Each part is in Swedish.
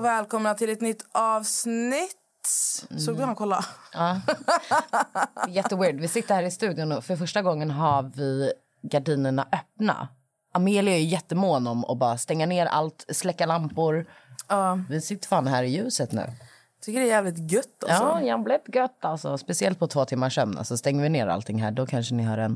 och välkomna till ett nytt avsnitt. Såg du han kolla? Ja. Jätteweird. Vi sitter här i studion och för första gången har vi gardinerna öppna. Amelia är jättemån om att bara stänga ner allt, släcka lampor. Vi sitter fan här i ljuset nu. Tycker det är jävligt gött alltså. Ja, jag blev gött alltså. Speciellt på 2 timmars sömn. Alltså stänger vi ner allting här, då kanske ni hör en...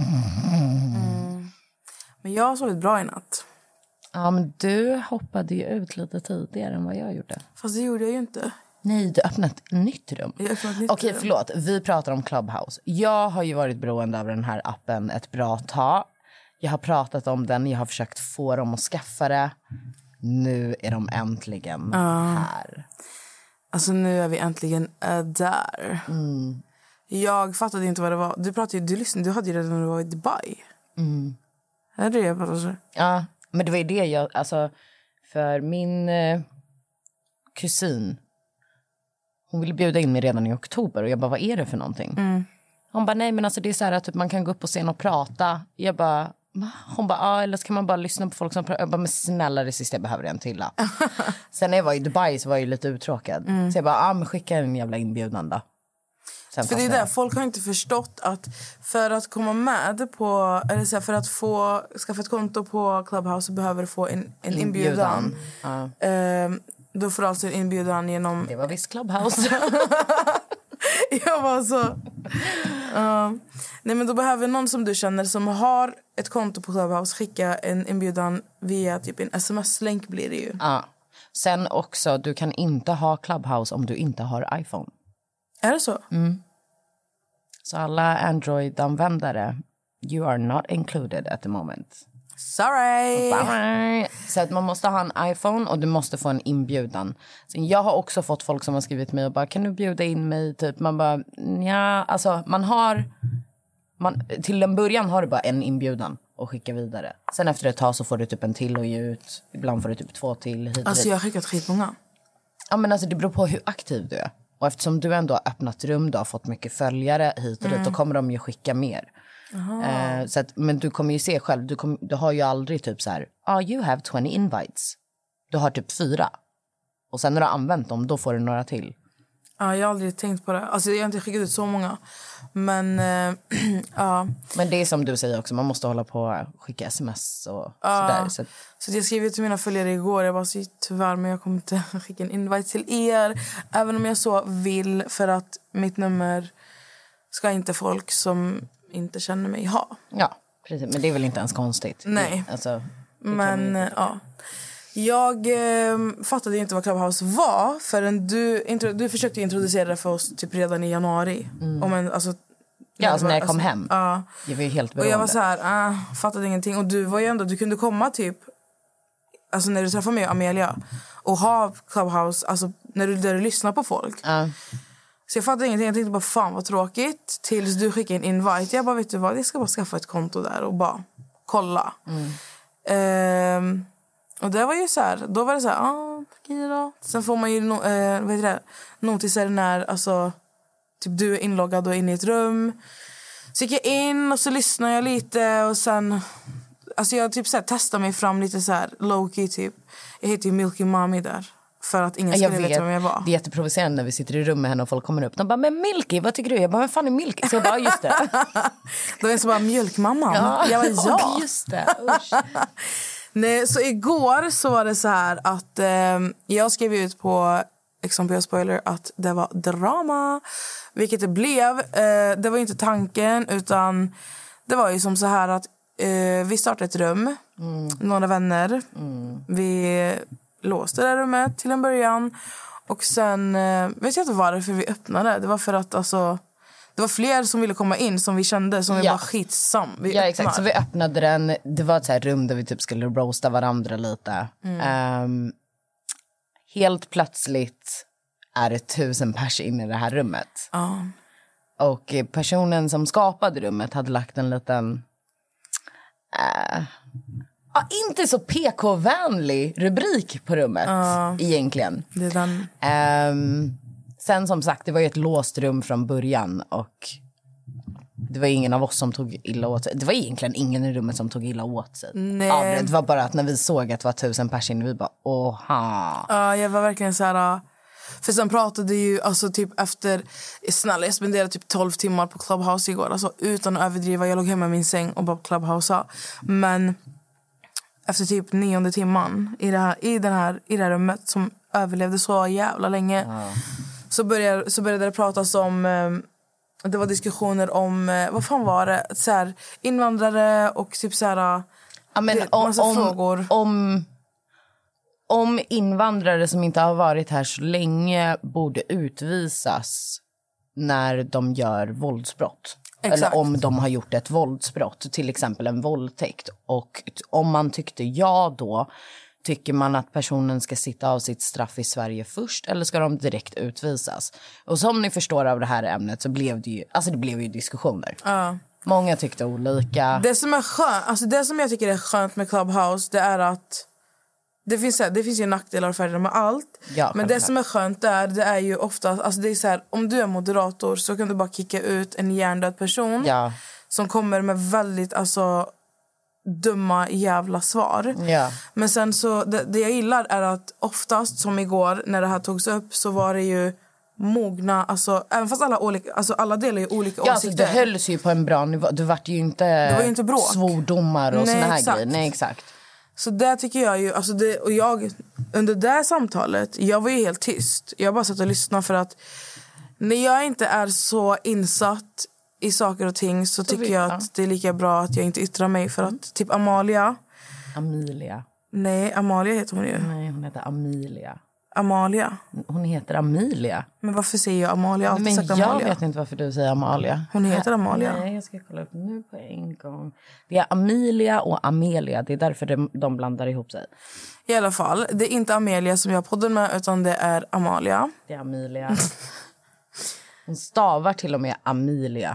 Men jag har sovit bra i natt. Ja, men du hoppade ju ut lite tidigare än vad jag gjorde. Fast det gjorde jag ju inte. Nej, du öppnade ett nytt rum. Okej, förlåt. Vi pratar om Clubhouse. Jag har ju varit beroende av den här appen ett bra tag. Jag har pratat om den. Jag har försökt få dem att skaffa det. Nu är de äntligen här. Alltså nu är vi äntligen där. Jag fattade inte vad det var. Du hade ju redan när du var i Dubai. Är det jag pratade? Ja, men det var ju det jag... Alltså, för min kusin... Hon ville bjuda in mig redan i oktober. Och jag bara, vad är det för någonting? Hon bara, nej men alltså det är så här att typ, man kan gå upp på scen och prata. Jag bara... Hon bara, eller så kan man bara lyssna på folk som pratar. Jag bara, men snälla det sista jag behöver en till. Sen när jag var i Dubai så var jag ju lite uttråkad. Så jag bara, men skicka en jävla inbjudan då. Sen för det är där, folk har inte förstått att för att komma med på, eller så här, för att få skaffa ett konto på Clubhouse så behöver du få en inbjudan. Då får du alltså en inbjudan genom... Det var visst Clubhouse. Jag var så... Nej, men då behöver någon som du känner som har ett konto på Clubhouse skicka en inbjudan via typ en sms-länk blir det ju. Sen också, du kan inte ha Clubhouse om du inte har iPhone. Är det så? Så alla Android-användare, you are not included at the moment. Sorry! Bye. Så att man måste ha en iPhone och du måste få en inbjudan. Sen jag har också fått folk som har skrivit mig och bara, kan du bjuda in mig? Typ, man bara, ja, alltså till en början har du bara en inbjudan och skicka vidare. Sen efter ett tag så får du typ en till och ge ut. Ibland får du typ 2 till hit. Alltså jag har skickat skitmånga. Ja, men alltså det beror på hur aktiv du är. Och eftersom du ändå har öppnat rum, du har fått mycket följare hit och dit, då kommer de ju skicka mer. Så att, men du kommer ju se själv, du har ju aldrig typ så här, you have 20 invites. Du har typ 4. Och sen när du har använt dem, då får du några till. Ja, jag har aldrig tänkt på det. Alltså jag har inte skickat ut så många. Men Men det är som du säger också, man måste hålla på och skicka sms och sådär. Så jag skrev till mina följare igår, jag bara, så tyvärr men jag kommer inte skicka en invite till er. Även om jag så vill, för att mitt nummer ska inte folk som inte känner mig ha. Ja, precis. Men det är väl inte ens konstigt. Nej. Alltså, men jag fattade inte vad Clubhouse var förrän du försökte introducera det för oss typ redan i januari. Alltså när jag kom hem. Jag var ju helt beroende. Och jag var så här, fattade ingenting. Och du var ju ändå, du kunde komma typ, alltså när du träffade mig och Amelia och ha Clubhouse, alltså när du lyssnar på folk. Så jag fattade ingenting. Jag tänkte bara, fan vad tråkigt. Tills du skickade en invite. Jag bara, vet du vad, jag ska bara skaffa ett konto där och bara kolla. Och det var ju så här, då var det så här, okej då. Sen får man ju notiser när, alltså, typ du är inloggad och inne i ett rum. Så gick jag in och så lyssnade jag lite och sen, alltså jag typ så här testade mig fram lite så här low-key typ. Jag heter ju Milky Mami där. För att ingen skulle veta vem jag var. Det är jätteprovocerande när vi sitter i rum med henne och folk kommer upp. De bara, men Milky, vad tycker du? Jag bara, men fan är Milky? Så jag bara, just det. Då är det så bara, mjölkmamman. Jag bara, ja. Just det, usch. Nej, så igår så var det så här att jag skrev ut på XMP Spoiler att det var drama. Vilket det blev. Det var inte tanken, utan det var ju som så här att vi startade ett rum. Några vänner. Vi låste det rummet till en början. Och sen vet jag inte varför vi öppnade. Det var för att alltså, det var fler som ville komma in som vi kände som vi var skitsam. Exakt, så vi öppnade den. Det var ett så här rum där vi typ skulle roasta varandra lite. Helt plötsligt är det 1000 pers in i det här rummet. Och personen som skapade rummet hade lagt en liten inte så PK-vänlig rubrik på rummet egentligen. Det är den. Sen som sagt, det var ju ett låst rum från början och Det var ingen av oss som tog illa åt sig. Det var egentligen ingen i rummet som tog illa åt sig. Nej. Det var bara att när vi såg att det var 1000 pers inne, vi bara, åha. Ja, jag var verkligen så här... För sen pratade ju, alltså typ efter... Snälla, jag spenderade typ 12 timmar på Clubhouse igår. Alltså utan att överdriva, jag låg hemma i min säng och bara på Clubhouse. Men efter typ 9:e timman i det här rummet som överlevde så jävla länge... Så började det pratas om... Det var diskussioner om... Vad fan var det? Så här, invandrare och typ så här... Ja, men massa frågor. Om invandrare som inte har varit här så länge borde utvisas när de gör våldsbrott. Exakt. Eller om de har gjort ett våldsbrott, till exempel en våldtäkt. Och om man tyckte ja då, tycker man att personen ska sitta av sitt straff i Sverige först eller ska de direkt utvisas? Och som ni förstår av det här ämnet så blev det ju, alltså det blev ju diskussioner. Många tyckte olika. Det som är skönt, alltså det som jag tycker är skönt med Clubhouse, det är att det finns ju nackdelar och fördelar med allt. Ja, men det som är skönt där, det är ju ofta, alltså det är så här, om du är moderator så kan du bara kicka ut en hjärndöd person som kommer med väldigt, alltså dumma jävla svar. Men sen så det jag gillar är att oftast som igår när det här togs upp så var det ju mogna, alltså även fast alla delar ju olika åsikter. Alltså det hölls ju på en bra nivå. Det var ju inte bråk. Svordomar och såna här grejer. Nej, exakt. Så där tycker jag ju, alltså jag under det här samtalet, jag var ju helt tyst. Jag bara satt och lyssnade för att när jag inte är så insatt i saker och ting så tycker jag att det är lika bra att jag inte yttrar mig för att typ Amelia. Nej, Amalia heter hon ju. Nej, hon heter Amelia. Amalia. Hon heter Amelia. Men varför säger jag Amalia? Jag har alltid sagt Amalia. Jag vet inte varför du säger Amalia. Hon heter Amalia. Nej, jag ska kolla upp nu på en gång. Det är Amelia och Amelia. Det är därför de blandar ihop sig. I alla fall, det är inte Amelia som jag podden med utan det är Amalia. Det är Amelia. Hon stavar till och med Amelia.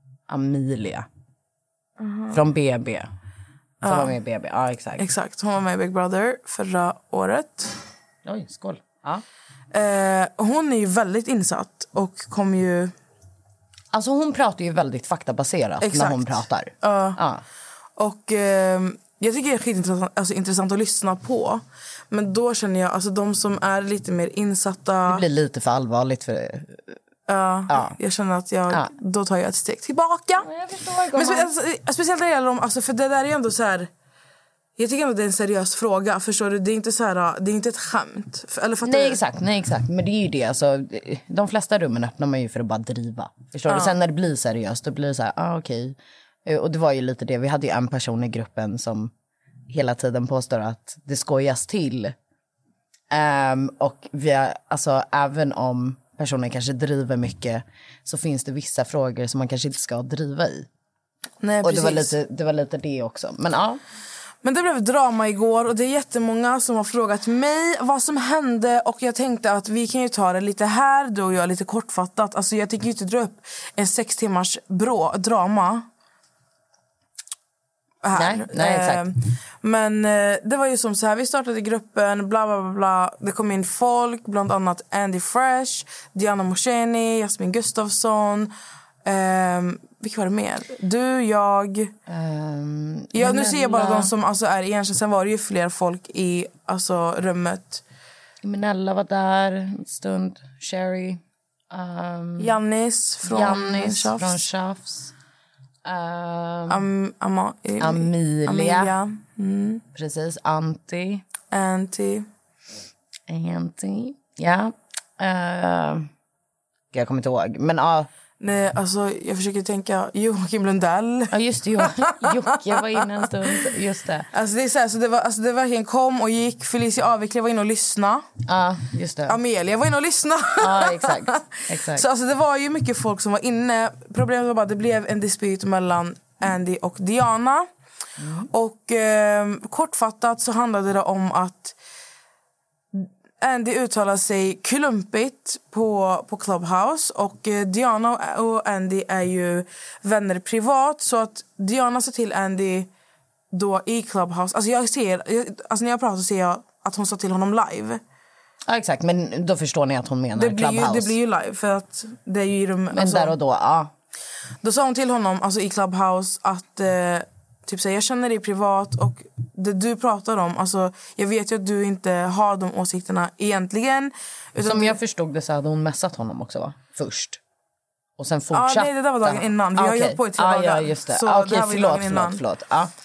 Från BB. Som var med i BB. Ja, exakt. Exakt, hon var med i Big Brother förra året. Oj, skål. Ja. Hon är ju väldigt insatt och kom ju... Alltså hon pratar ju väldigt faktabaserat när hon pratar. Och jag tycker det är skitintressant att lyssna på. Men då känner jag, alltså de som är lite mer insatta... Det blir lite för allvarligt för det. Jag känner att då tar jag ett steg tillbaka. Jag förstår. Men speciellt när det gäller dem, alltså, för det där är ändå så här... Jag tycker ändå det är en seriös fråga. Förstår du? Det är inte så här, det är inte ett skämt. Nej, exakt. Men det är ju det. Alltså, de flesta rummen öppnar man ju för att bara driva. Förstår du? Sen när det blir seriöst, då blir det så här, okej. Och det var ju lite det. Vi hade ju en person i gruppen som hela tiden påstår att det skojas till. Och alltså, även om personen kanske driver mycket så finns det vissa frågor som man kanske inte ska driva i. Nej, och det var lite det också. Men ja. Men det blev drama igår och det är jättemånga som har frågat mig vad som hände. Och jag tänkte att vi kan ju ta det lite här, du och jag, lite kortfattat. Alltså jag tänker ju inte dra upp en 6 timmars drama här. Nej, exakt. Men det var ju som så här, vi startade gruppen, bla bla bla bla. Det kom in folk, bland annat Andy Fresh, Diana Mosheni, Jasmin Gustafsson. Vilka var det mer? Du, jag... nu ser jag bara de som alltså är egentligen. Sen var det ju fler folk i alltså, rummet. Minella var där en stund. Sherry. Jannis från Tjafs. Amelia. Precis, Anty. Ja. Jag kommer inte ihåg. Men nej, alltså jag försöker tänka Joakim Lundell. Ja, just det. Jocke var inne en stund. Just det. Alltså det är så här, så det verkligen kom och gick. Felicia Avekle var inne och lyssna. Ja, just det. Amelia var inne och lyssna. Ja, exakt. Så alltså det var ju mycket folk som var inne. Problemet var bara att det blev en dispyt mellan Andy och Diana. Och kortfattat så handlade det om att Andy uttalade sig klumpigt på Clubhouse. Och Diana och Andy är ju vänner privat. Så att Diana sa till Andy då i Clubhouse. Alltså när jag pratar så ser jag att hon sa till honom live. Ja, exakt. Men då förstår ni att hon menar Clubhouse. Det blir ju live för att det är ju i rummet. Men alltså, där och då, ja. Då sa hon till honom, alltså i Clubhouse, att typ så här, jag känner dig privat och det du pratar om, alltså jag vet ju att du inte har de åsikterna egentligen. Utan som jag förstod det så hade hon messat honom också, va? Först. Och sen fortsatte. Nej, det där var dagen innan. Vi har jobbat på i 3 dagar. Ja, just det. Så Okej, förlåt.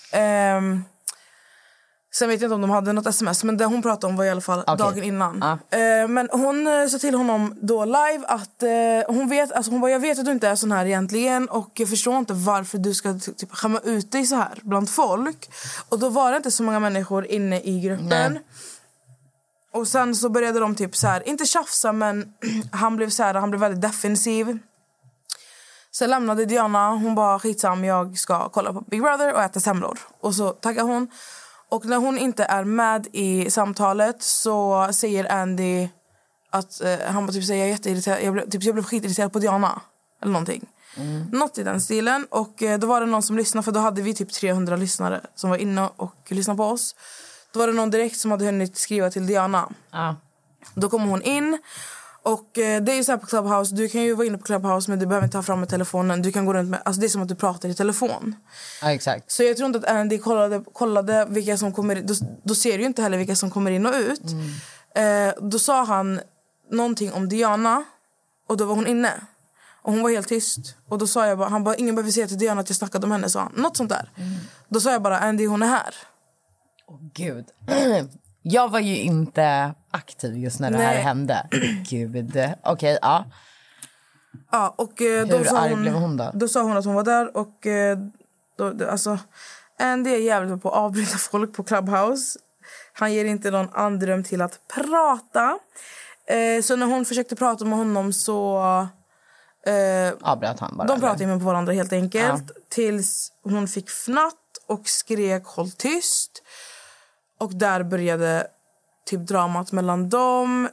Sen vet jag inte om de hade något sms, men det hon pratade om var i alla fall dagen innan. Men hon sa till honom då live att hon bara, jag vet att du inte är sån här egentligen och jag förstår inte varför du ska typ skämma ut dig så här bland folk. Och då var det inte så många människor inne i gruppen. Nej. Och sen så började de typ så här, inte tjafsa, men han blev väldigt defensiv. Så lämnade Diana, hon bara skitsam, jag ska kolla på Big Brother och äta semlor. Och så taggar hon. Och när hon inte är med i samtalet så säger Andy att han bara typ säger jag är jätteirriterad, jag blev skitirriterad på Diana eller någonting. Något i den stilen. Och då var det någon som lyssnade, för då hade vi typ 300 lyssnare som var inne och lyssnade på oss. Då var det någon direkt som hade hunnit skriva till Diana. Då kom hon in. Och det är ju så här på Clubhouse, du kan ju vara inne på Clubhouse men du behöver inte ta fram med telefonen. Du kan gå runt med, alltså det är som att du pratar i telefon. Ja, exakt. Så jag tror inte att Andy kollade vilka som kommer in. Då ser du ju inte heller vilka som kommer in och ut. Då sa han någonting om Diana och då var hon inne. Och hon var helt tyst. Och då sa jag bara, han bara, ingen behöver säga till Diana att jag snackade om henne, sa han. Något sånt där. Då sa jag bara, Andy, hon är här. Gud. Jag var ju inte aktiv just när det här hände. Gud. Okej, ja. Ja, och hur arg blev hon då? Då sa hon att hon var där och alltså Andy är jävligt på att avbryta folk på Clubhouse. Han ger inte någon andrum till att prata. Så när hon försökte prata med honom så avbröt han bara. De pratade med varandra helt enkelt tills hon fick fnatt och skrek håll tyst. Och där började typ dramat mellan dem.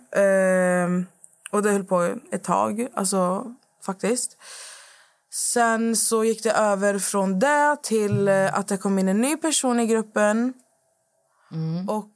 Och det höll på ett tag, alltså faktiskt. Sen så gick det över från det till att det kom in en ny person i gruppen. Och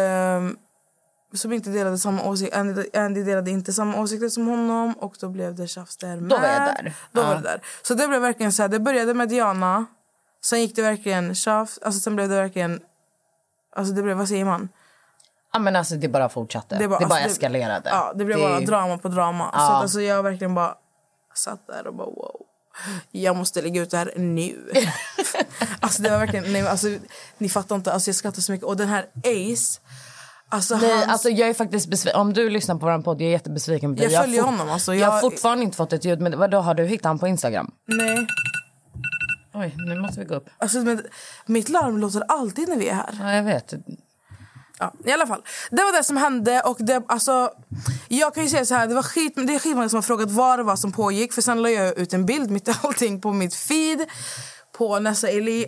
som inte delade samma åsikt. Andy delade inte samma åsikter som honom. Och då blev det tjafs där med. Då var jag där. Då var det där. Så det blev verkligen så här, det började med Diana. Sen gick det verkligen tjafs. Alltså sen blev det verkligen, alltså det blev, vad säger man? Ja, men alltså det bara fortsatte. Det bara eskalerade. Ja, det blev bara drama på drama. Så att, alltså jag verkligen bara satt där och bara wow. Jag måste lägga ut det här nu. Alltså det var verkligen, nej, alltså ni fattar inte, alltså jag skrattar så mycket. Och den här Ace, alltså alltså jag är faktiskt besviken. Om du lyssnar på vår podd, jag är jättebesviken på dig. Jag följer honom alltså. Jag har fortfarande inte fått ett ljud, men vadå, har du hittat honom på Instagram? Nej. Oj, nu måste vi gå upp. Alltså mitt larm låter alltid när vi är här. Ja, jag vet. Ja, i alla fall. Det var det som hände och det, alltså, jag kan ju säga så här, det är skitmånga som har frågat vad det var som pågick, för sen la jag ut en bild mitt i allting på mitt feed på Nessa Eli,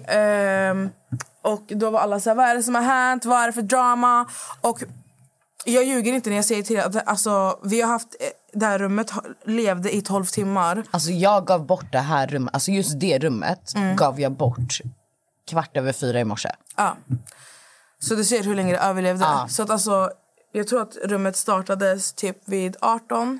och då var alla så här, vad är det som har hänt, vad är det för drama? Och jag ljuger inte när jag säger till att alltså, vi har haft det här rummet levde i 12 timmar. Alltså jag gav bort det här rummet, alltså just det rummet gav jag bort 4:15 i morse. Ja. Så du ser hur länge det överlevde. Så att alltså, jag tror att rummet startades typ vid 18.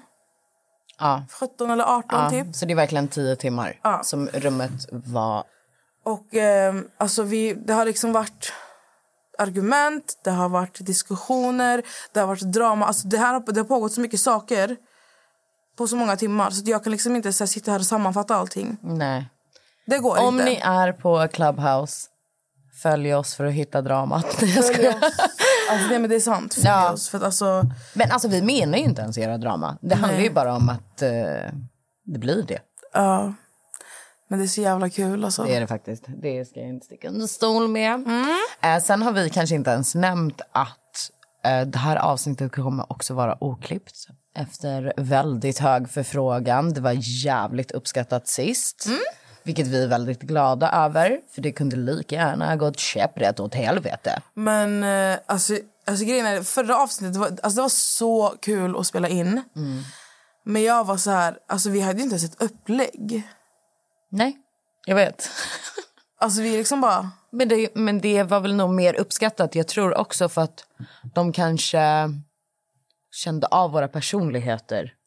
17 eller 18 typ. Så det är verkligen 10 timmar som rummet var. Och alltså det har liksom varit argument, det har varit diskussioner, det har varit drama. Alltså det har pågått så mycket saker på så många timmar så att jag kan liksom inte så här, sitta här och sammanfatta allting. Nej. Det går Om inte. ni är på Clubhouse, följ oss för att hitta dramat. Alltså det är sant. Följ oss, för att alltså... Men alltså vi menar ju inte ens era drama. Det handlar ju bara om att det blir det. Ja. Men det är så jävla kul alltså. Det är det faktiskt. Det ska jag inte sticka under stol med. Sen har vi kanske inte ens nämnt att det här avsnittet kommer också vara oklippt. Efter väldigt hög förfrågan. Det var jävligt uppskattat sist. Vilket vi är väldigt glada över. För det kunde lika gärna gått käpprätt åt helvete. Men alltså grejen är, förra avsnittet det var så kul att spela in. Men jag var så här, alltså vi hade inte ens ett upplägg. Nej, jag vet. Alltså vi liksom bara... Men det var väl nog mer uppskattat. Jag tror också för att de kanske kände av våra personligheter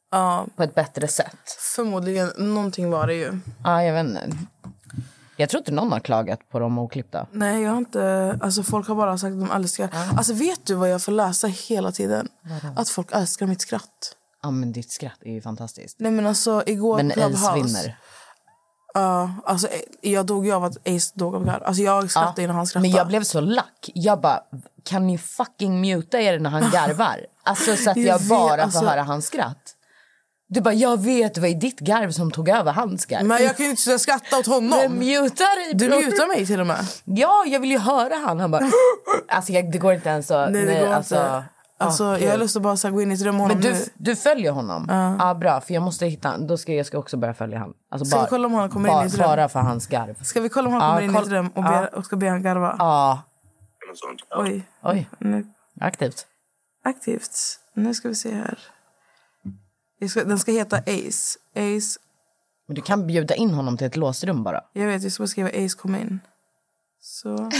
på ett bättre sätt. Förmodligen, någonting var det ju. Ja, jag vet inte. Jag tror inte någon har klagat på de oklippta. Nej, jag har inte... Alltså folk har bara sagt att de älskar... Alltså vet du vad jag får läsa hela tiden? Att folk älskar mitt skratt. Ja, men ditt skratt är ju fantastiskt. Nej, men alltså igår men på Clubhouse... Ace vinner. Ja, alltså jag dog ju av att Ace dog av garv. Alltså jag skrattade innan han skrattade. Men jag blev så lack. Jag bara, kan ni fucking muta er när han garvar? Alltså så att jag bara får höra hans skratt. Du bara, jag vet, det var ditt garv som tog över hans garv. Men jag kan ju inte skratta åt honom. Du mutar mig till och med. Ja, jag vill ju höra han bara... Alltså det går inte ens så... Nej, det går inte. Alltså, jag har lust att bara så gå in i ett rum med honom. Men du följer honom? Ja, bra. För jag måste hitta... Jag ska också börja följa han. Alltså, ska vi kolla om han kommer in i ett rum? Bara för hans garv. Ska vi kolla om han kommer in i ett rum och ska be han garva? Ja. Oj. Nu. Aktivt. Nu ska vi se här. Den ska heta Ace. Men du kan bjuda in honom till ett låst rum bara. Jag vet, jag ska skriva Ace kom in. Så.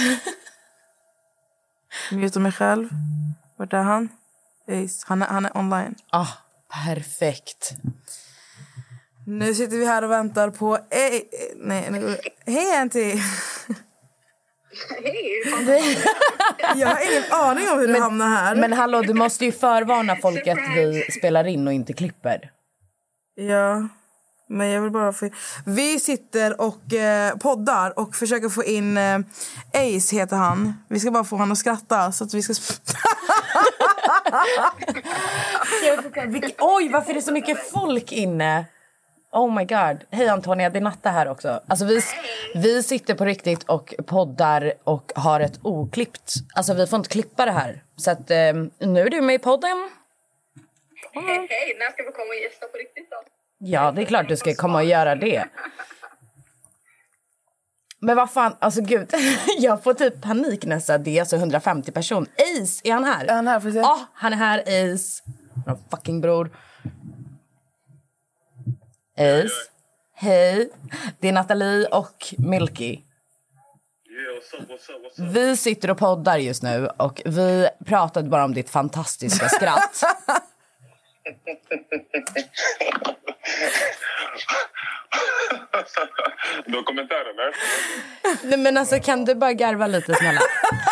Mjuta mig själv. Vart är han? Ace. Han är online. Perfekt. Nu sitter vi här och väntar på... Hej, Anty. Hej. Jag har ingen aning om hur du hamnar här. Men hallå, du måste ju förvarna folk att vi spelar in och inte klipper. Ja, men jag vill bara få... Vi sitter och poddar och försöker få in... Ace heter han. Vi ska bara få han att skratta så att vi ska... Oj, varför är det så mycket folk inne? Oh my god. Hej Antonia, det är Natta här också. Alltså vi sitter på riktigt och poddar och har ett oklippt. Alltså vi får inte klippa det här. Så att nu är du med i podden. Hej, när ska vi komma och gästa på riktigt då? Ja, det är klart du ska komma och göra det. Men vad fan, alltså gud. Jag får typ panik nästan. Det är alltså 150 personer. Ace, är han här? Är han här? Får se? Ja, han är här, Ace. Vår fucking bror. Ace. Hej. Det är Nathalie och Milky. Vi sitter och poddar just nu och vi pratade bara om ditt fantastiska skratt. Du har kommentarer, eller? Nej, men alltså kan du bara garva lite snälla?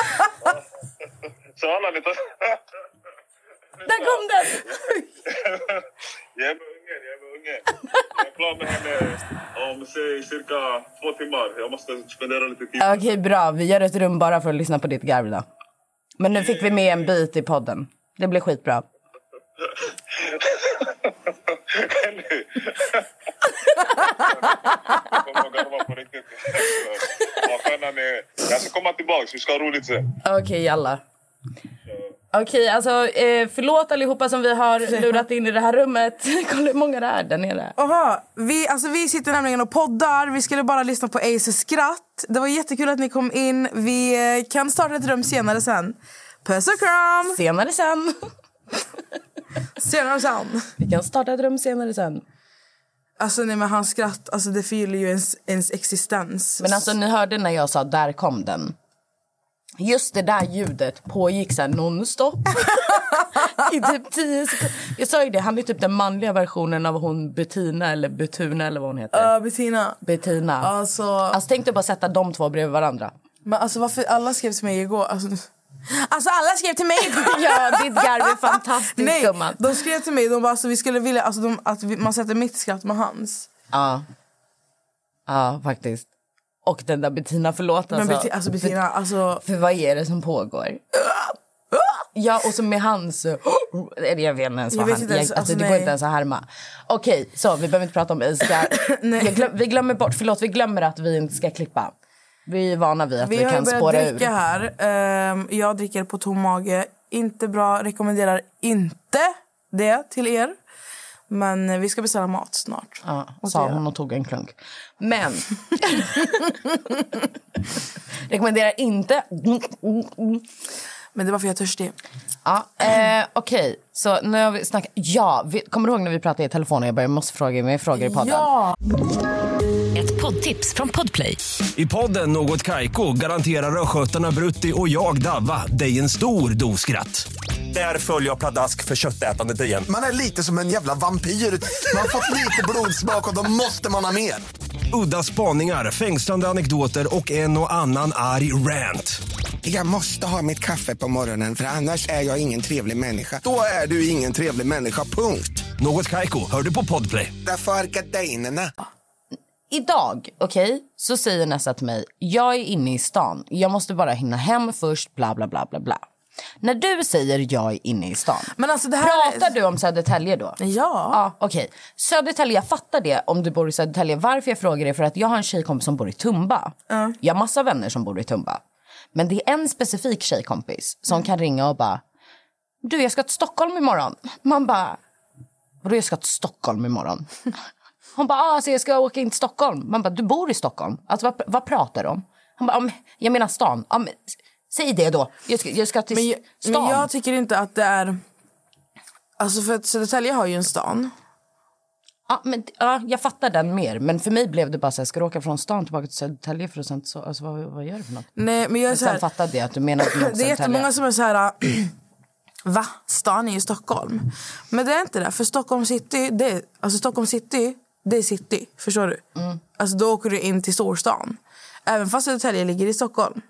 Så alla lite... Där kom den! Jag är med ungen. Jag är klar med henne om cirka 2 timmar. Jag måste spendera lite tid. Okej, bra. Vi gör ett rum bara för att lyssna på ditt garv då. Men nu fick vi med en bit i podden. Det blir skitbra. Jag kommer att garva på riktigt. Jag ska komma tillbaka. Vi ska ha roligt sen. Okej, jalla. Okej, alltså förlåt allihopa som vi har lurat in i det här rummet. Kolla hur många det är där nere. Aha, vi sitter nämligen och poddar. Vi skulle bara lyssna på Aces skratt. Det var jättekul att ni kom in. Vi kan starta ett rum senare sen. Puss och kram! Senare sen. Senare sen. Vi kan starta ett rum senare sen. Alltså nej, men hans skratt, alltså det förgyller ju ens existens. Men alltså ni hörde när jag sa där kom den. Just det där ljudet pågick så här non-stop. I typ 10 sekunder. Jag sa ju det, han är typ den manliga versionen av hon Bettina eller Betuna eller vad hon heter. Bettina. Alltså tänk dig bara sätta de två bredvid varandra. Men alltså varför alla skrev till mig igår? Alltså alla skrev till mig. Ja, ditt garv är fantastiskt. Nej, gumman. de skrev till mig, de bara alltså vi skulle vilja att man sätter mitt skratt med hans. Ja, faktiskt. Och den där Bettina, förlåt alltså. Men Bettina, alltså... För vad är det som pågår? Ja, och så med hans... Jag vet inte ens vad han... Det går inte ens att härma. Okej, så vi behöver inte prata om Iska. Vi glömmer bort, förlåt, vi glömmer att vi inte ska klippa. Vi är vana vid att vi kan spåra ur. Vi har börjat dricka här. Jag dricker på tom mage. Inte bra, rekommenderar inte det till er. Men vi ska beställa mat snart. Ja, sa hon och tog en klunk. Men rekommenderar inte. Men det var för jag är törstig. Ja, okej. Så nu har vi snackat... Ja, kommer du ihåg när vi pratade i telefon och jag måste fråga mig frågor i podden? Ja! Ett poddtips från Podplay. I podden Något Kaiko garanterar östgötarna Brutti och jag Davva dig en stor doskratt. Där följer jag pladask för köttätandet igen. Man är lite som en jävla vampyr. Man har fått lite blodsmak och då måste man ha mer. Udda spaningar, fängslande anekdoter och en och annan arg rant. Jag måste ha mitt kaffe på morgonen för annars är jag ingen trevlig människa. Då är du ingen trevlig människa, punkt. Något Kaiko, hör du på Podplay. Därför är gardinerna. Idag, så säger Nessa till mig, jag är inne i stan. Jag måste bara hinna hem först, bla bla bla bla bla. När du säger jag är inne i stan, Men alltså det här pratar du om Södertälje då? Ja. Okej. Södertälje, jag fattar det om du bor i Södertälje. Varför jag frågar är för att jag har en tjejkompis som bor i Tumba. Jag har massa vänner som bor i Tumba. Men det är en specifik tjejkompis som kan ringa och bara, du, jag ska till Stockholm imorgon. Man bara, vadå jag ska till Stockholm imorgon? Hon bara, alltså jag ska åka in till Stockholm. Man bara, du bor i Stockholm? Alltså vad pratar du om? Han bara, jag menar stan. Men, säg det då. Jag ska till stan. Men jag tycker inte att det är... Alltså för att Södertälje har ju en stan. Ja, jag fattar den mer. Men för mig blev det bara så här, ska du åka från stan tillbaka till Södertälje för att sen så, alltså vad gör du för något? Nej, men jag är så här, sen fattade jag att du menar att det är jättemånga som är så här, va? Stan är ju Stockholm. Men det är inte det, för Stockholm city, det är city, förstår du? Alltså då åker du in till storstan. Även fast Södertälje ligger i Stockholm.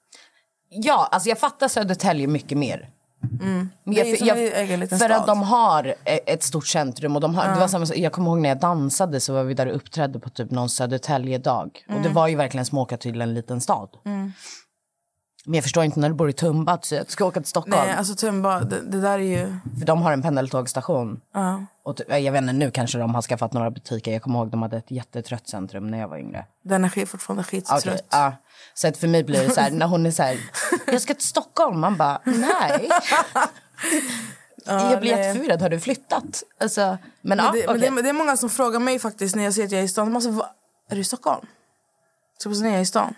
Ja, alltså jag fattar Södertälje mycket mer. Det är som en egen liten för stad. att de har ett stort centrum och de har, det var samma, jag kommer ihåg när jag dansade så var vi där och uppträdde på typ någon Södertälje-dag. Och det var ju verkligen som att åka till en liten stad. Men jag förstår inte när du bor i Tumba att du ska åka till Stockholm. Nej, alltså Tumba, det där är ju... För de har en pendeltågstation. Och jag vet inte, nu kanske de har skaffat några butiker. Jag kommer ihåg de hade ett jättetrött centrum när jag var yngre. Den är fortfarande skittrött. Okay, så att för mig blir det så här, när hon är så här, jag ska till Stockholm. Man bara, nej. Jag blir jätteförvirrad, har du flyttat? Alltså, men det är många som frågar mig faktiskt när jag säger att jag är i stan. Är du i Stockholm? Så jag är i stan.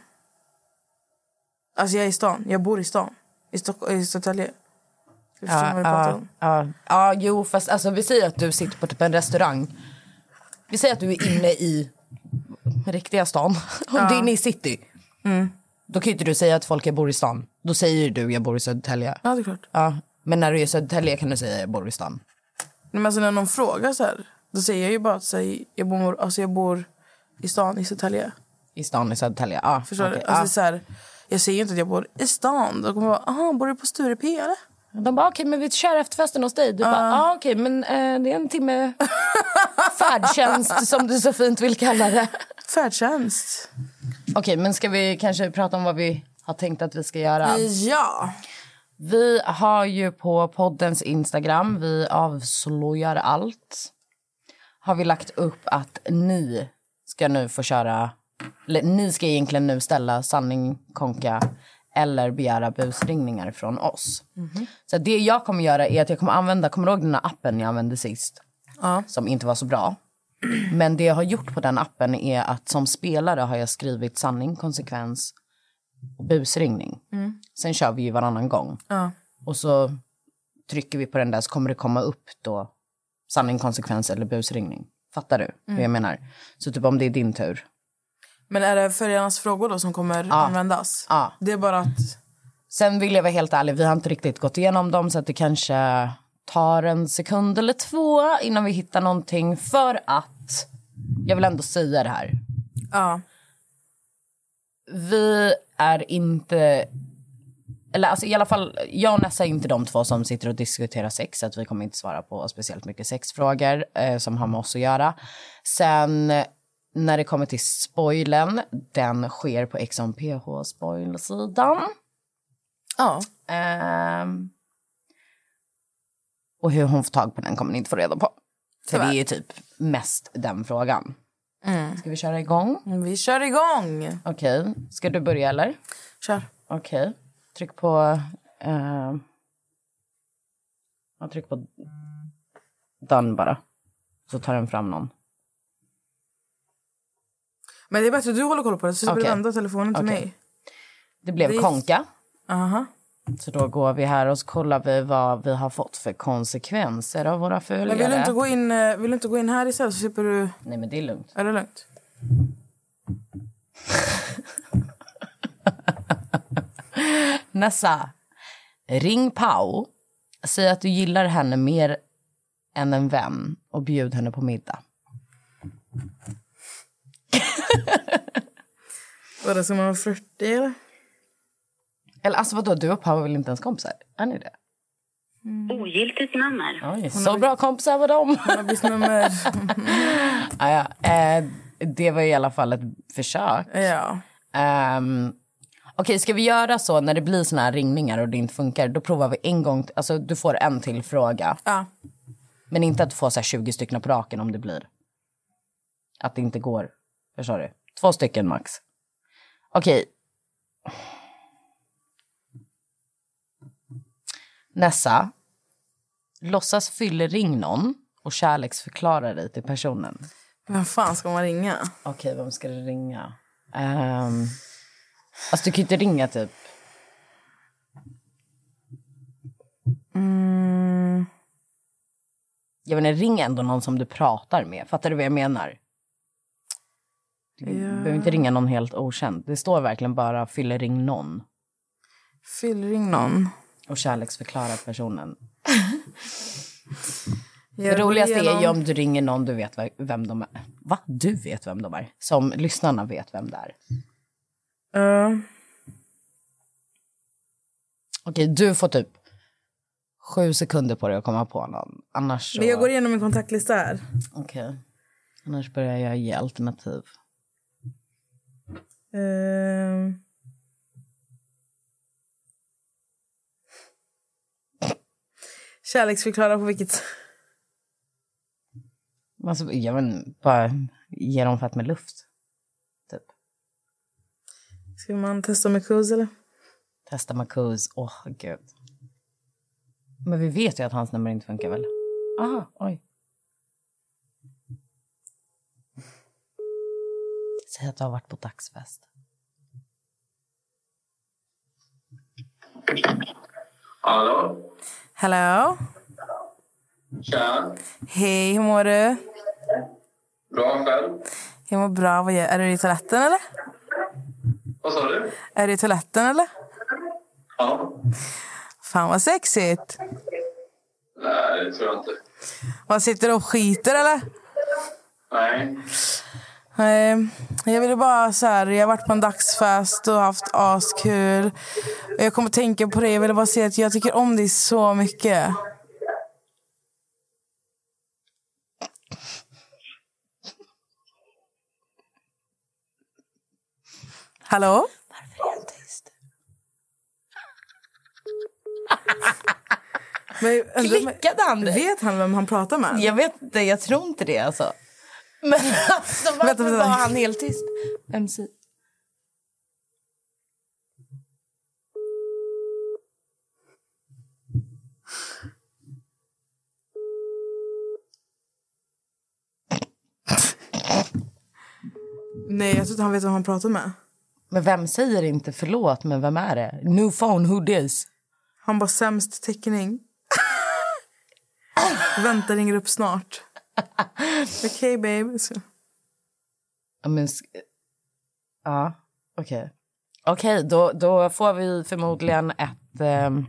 Alltså jag är i stan, jag bor i stan. I Södertälje. Jo, fast alltså, vi säger att du sitter på typ en restaurang. Vi säger att du är inne i riktiga stan. Om du är inne i city. Då kan ju inte du säga att folk bor i stan. Då säger du jag bor i Södertälje. Ja, det är klart. Men när du är i Södertälje kan du säga jag bor i stan. Men alltså när någon frågar så här, då säger jag ju bara att jag bor i stan i Södertälje. I stan i Södertälje, Förstår du? Alltså så här, jag säger ju inte att jag bor i stan. Då kommer jag bara, bor du på Sturepé eller? De bara, okej, men vi kör efterfesten hos dig. Du bara, okej, men det är en timme färdtjänst som du så fint vill kalla det. Färdtjänst. Okej, men ska vi kanske prata om vad vi har tänkt att vi ska göra? Ja. Vi har ju på poddens Instagram, vi avslöjar allt. Har vi lagt upp att ni ska nu få köra, eller ni ska egentligen nu ställa sanning, konka eller begära busringningar från oss. Så det jag kommer göra är att jag kommer använda, kommer du ihåg den här appen jag använde sist? Som inte var så bra. Men det jag har gjort på den appen är att som spelare har jag skrivit sanning, konsekvens och busringning. Sen kör vi ju varannan gång. Och så trycker vi på den där så kommer det komma upp då sanning, konsekvens eller busringning. Fattar du hur jag menar? Så typ om det är din tur. Men är det följarnas frågor då som kommer användas? Det är bara att... Sen vill jag vara helt ärlig, vi har inte riktigt gått igenom dem så att det kanske tar en sekund eller två innan vi hittar någonting. För att, jag vill ändå säga det här. Vi är inte, eller alltså i alla fall, jag och Nessa är inte de två som sitter och diskuterar sex. Så att vi kommer inte svara på speciellt mycket sexfrågor som har med oss att göra. Sen när det kommer till spoilen, den sker på XMPH spoilsidan. Och hur hon får tag på den kommer ni inte få reda på. För det är ju typ mest den frågan. Ska vi köra igång? Vi kör igång. Okej. Ska du börja eller? Kör. Okej. Tryck på... tryck på done bara. Så tar den fram någon. Men det är bättre att du håller koll på det. Så du vända telefonen till mig. Det blev konka. Så då går vi här och så kollar vi vad vi har fått för konsekvenser av våra följare. Men vill du inte gå in här istället så slipper du... Nej, men det är lugnt. Är det lugnt? Nessa, ring Pau. Säg att du gillar henne mer än en vän och bjud henne på middag. Var det som man var 40 eller? Eller alltså vadå, du och Pau är väl inte ens kompisar? Är ni det? Ogiltigt nummer. Oj, så bra kompisar var de. Hon har bytt nummer. Det var i alla fall ett försök. Ja. Okej, ska vi göra så när det blir såna här ringningar och det inte funkar? Då provar vi en gång, alltså du får en till fråga. Ja. Men inte att du får så här 20 stycken på raken om det blir. Att det inte går. Förstår du? 2 stycken max. Okej. Nessa. Låtsas fyllering någon och kärleksförklara dig till personen. Vem fan ska man ringa? Okej, vem ska du ringa? Alltså du kan ju inte ringa typ. Jag menar, ring ändå någon som du pratar med. Fattar du vad jag menar? Du behöver inte ringa någon helt okänd. Det står verkligen bara fyllering någon. Fyllring någon. Och kärleksförklara personen. Det roligaste är ju om du ringer någon du vet vem de är. Va? Du vet vem de är. Som lyssnarna vet vem det är. Okej, du får typ 7 sekunder på dig att komma på någon. Annars så... Men jag går igenom min kontaktlista här. Okej. Annars börjar jag ge alternativ. Kärleksförklara på vilket... Alltså, jag vet bara ge dem fett med luft. Typ. Ska man testa med kurs eller? Testa Marcus. Gud. Men vi vet ju att hans nummer inte funkar väl? Aha, oj. Säg att du har varit på dagsfest. Hallå? Hello? Tja. Hej, hur mår du? Bra själv. Jag mår bra. Vad gör? Är du i toaletten eller? Vad sa du? Är du i toaletten eller? Ja. Fan vad sexigt. Nej, det tror jag inte. Vad sitter du och skiter eller? Nej. Jag ville bara så här, jag har varit på en dagsfest och haft askul. Och jag kommer att tänka på det. Jag ville bara säga att jag tycker om dig så mycket. Hallå? Varför är han tyst? Klickade han det? Vet han vem han pratar med? Jag vet inte, jag tror inte det alltså. Men alltså, varför var han helt tyst? MC. Nej, jag tror inte han vet vem han pratar med. Men vem säger inte förlåt, men vem är det? New phone, who this? Han bara sämst täckning. Vänta, ringer upp snart. Okej, baby. Ja, okej. Okej, då får vi förmodligen ett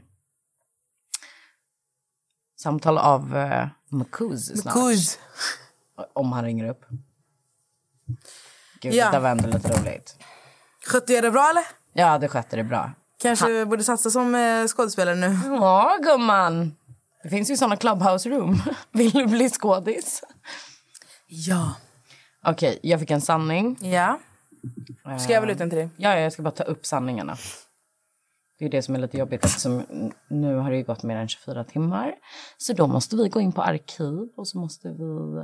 samtal av Marcus snart. Marcus. Om han ringer upp. Gud, Ja. det var ändå lite roligt. Skötte jag det bra eller? Ja, det skötte det bra. Kanske borde satsa som skådespelare nu. Ja, gumman. Det finns ju såna clubhouse room. Vill du bli skådis? Ja. Okej, jag fick en sanning. Ja. Ska jag väl ut en till dig? Ja, jag ska bara ta upp sanningarna. Det är det som är lite jobbigt eftersom nu har det ju gått mer än 24 timmar. Så då måste vi gå in på arkiv och så måste vi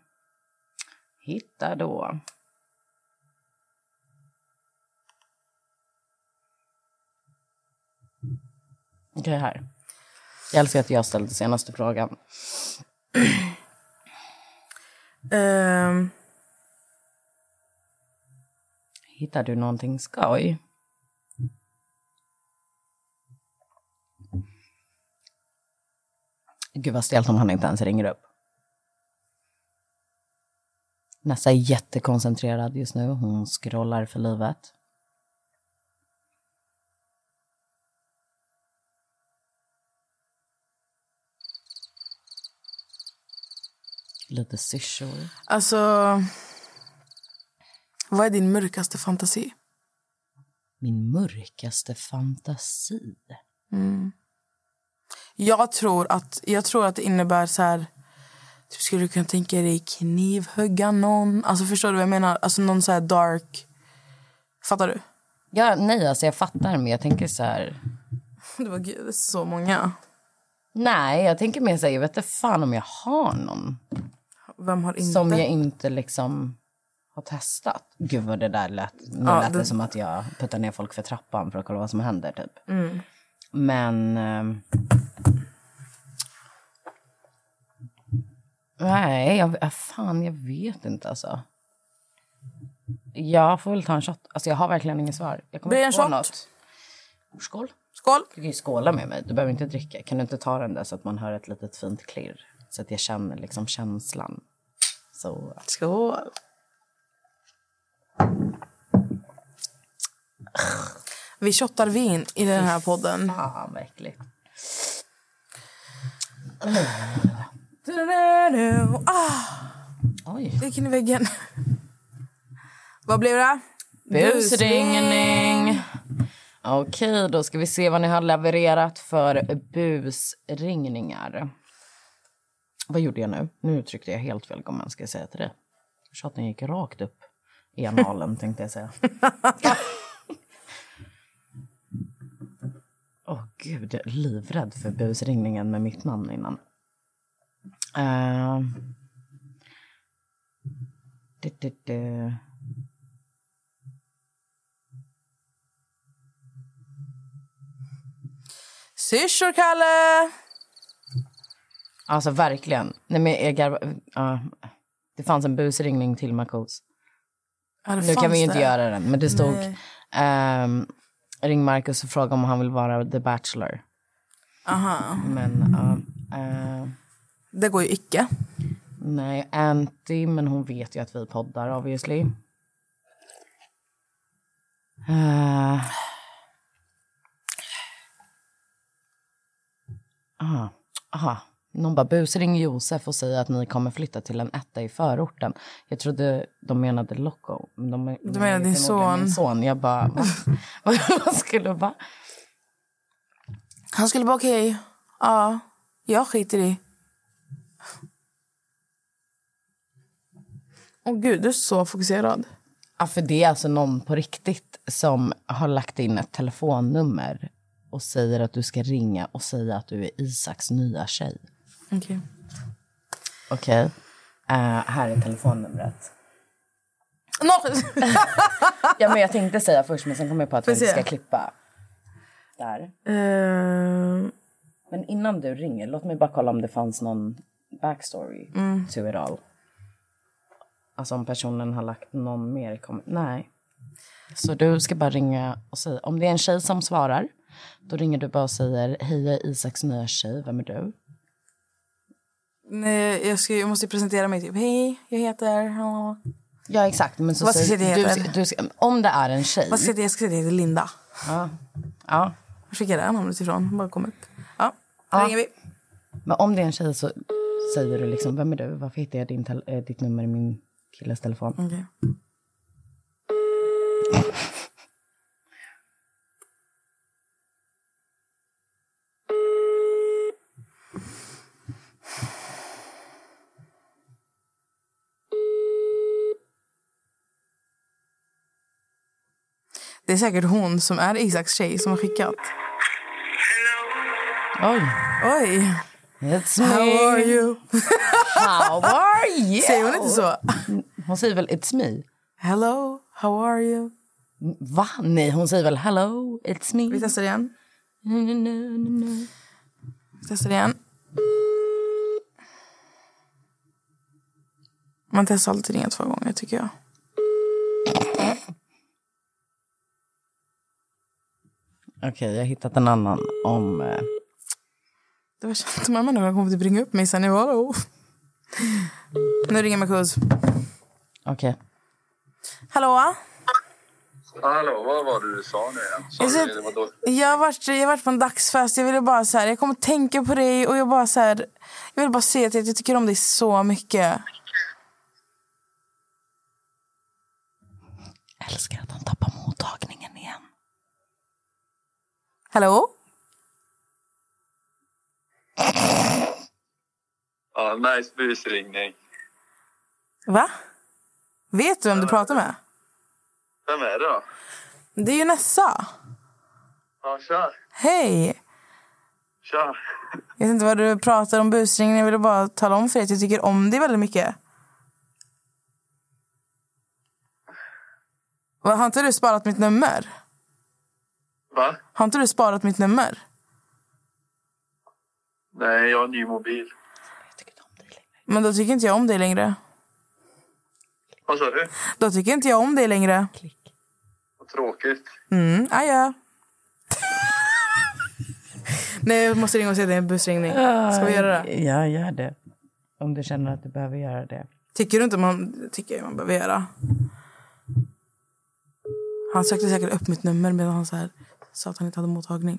hitta då. Okej, här. Jag älskar att jag ställde senaste frågan. Hittar du någonting skoj? Gud vad stelt om han inte ens ringer upp. Nessa är jättekoncentrerad just nu. Hon scrollar för livet. Lite syrsor. Alltså, vad är din mörkaste fantasi? Min mörkaste fantasi? Jag tror att det innebär så här... Typ, skulle du kunna tänka dig knivhugga någon? Alltså förstår du vad jag menar? Alltså någon så här dark... Fattar du? Ja, nej, alltså jag fattar, men jag tänker så här... Det är så många. Nej, jag tänker mer så här, jag vet inte fan om jag har någon. Vem har inte? Som jag inte liksom har testat. Gud vad det där lät. Nu lät det som att jag puttar ner folk för trappan för att kolla vad som händer typ. Men... nej, jag vet inte alltså. Jag får väl ta en shot. Alltså jag har verkligen inget svar. Jag kommer Blir en på shot? något. Skål. Skål. Du kan ju skåla med mig. Du behöver inte dricka. Kan du inte ta den där så att man hör ett litet fint klirr? Så att jag känner liksom känslan. Så. Skål. Vi shottar vin i den här podden. Fan, vad äckligt. Oj. Det gick in i väggen. Vad blev det? Busringning. Okej, då ska vi se vad ni har levererat för busringningar. Vad gjorde jag nu? Nu tryckte jag helt fel, om man ska säga till det. Shotten gick rakt upp i analen, tänkte jag säga. Gud, jag är livrädd för busringningen med mitt namn innan. Syrsor, Kalle! Alltså verkligen. Nej, men det fanns en busringning till Marcos. Nu kan vi ju inte göra den. Men det stod ring Marcus och fråga om han vill vara The Bachelor. Aha. Men det går ju icke. Nej, Anty, men hon vet ju att vi poddar obviously. Någon bara busring Josef och säger att ni kommer flytta till en etta i förorten. Jag trodde de menade Loco. De menade din son. Min son. Jag bara, vad skulle bara... Han skulle bara okej. Ja, jag skiter i. Gud, du är så fokuserad. Ja, för det är alltså någon på riktigt som har lagt in ett telefonnummer och säger att du ska ringa och säga att du är Isaks nya tjej. Okej. Här är telefonnumret. Ja, men jag tänkte säga först, men sen kom jag på att vi ska klippa. Där. Men innan du ringer, låt mig bara kolla om det fanns någon backstory to it all. Alltså om personen har lagt någon mer nej. Så du ska bara ringa och säga, om det är en tjej som svarar, då ringer du bara och säger, hej, jag är Isaks nya tjej, vem är du? Nej, jag måste presentera mig typ, hej, jag heter... Ja, exakt. Men så vad ska du ska, om det är en tjej... Vad ska jag säga? Jag heter Linda. Ja. Var skickar jag namnet ifrån? Bara kom upp. Ja, ringer vi. Men om det är en tjej så säger du liksom, vem är du? Varför hittar jag ditt nummer i min killes telefon? Okej. Det är säkert hon som är Isaks tjej som har skickat. Oj. It's me. How are you? How are you? Säger hon inte så? Hon säger väl it's me. Hello, how are you? Va? Nej, hon säger väl hello, it's me. Vi testar igen. No. Testar igen. Man testar alltid ringa 2 gånger, tycker jag. Okej, jag har hittat en annan om Det var känt att man kommer typ ringa upp mig sen. Nu ringer Marcus. Okej. Hallå? Hallå, vad var det du sa nu igen? Jag har varit på en dagsfest. Jag ville bara så här, jag kommer tänka på dig och jag bara så här, jag vill bara säga att jag tycker om dig så mycket. Jag älskar att han tappar mottagningen igen. Hallå? Ja, nice busringning. Va? Vet du vem du pratar med? Vem är det då? Det är ju Nessa. Ja, tja. Hej. Tja. Jag vet inte vad du pratar om busringen. Jag ville bara tala om för dig att jag tycker om dig väldigt mycket. Har inte du sparat mitt nummer? Va? Har inte du sparat mitt nummer? Nej, jag har en ny mobil. Men då tycker inte jag om dig längre. Vad sa du? Då tycker inte jag om dig längre. Vad tråkigt. Adjö. Nej, jag måste ringa och säga att det är en busringning. Ska vi göra det? Ja, gör det. Om du känner att du behöver göra det. Tycker du inte man behöver göra? Han sökte säkert upp mitt nummer medan han så här sa att han inte hade mottagning.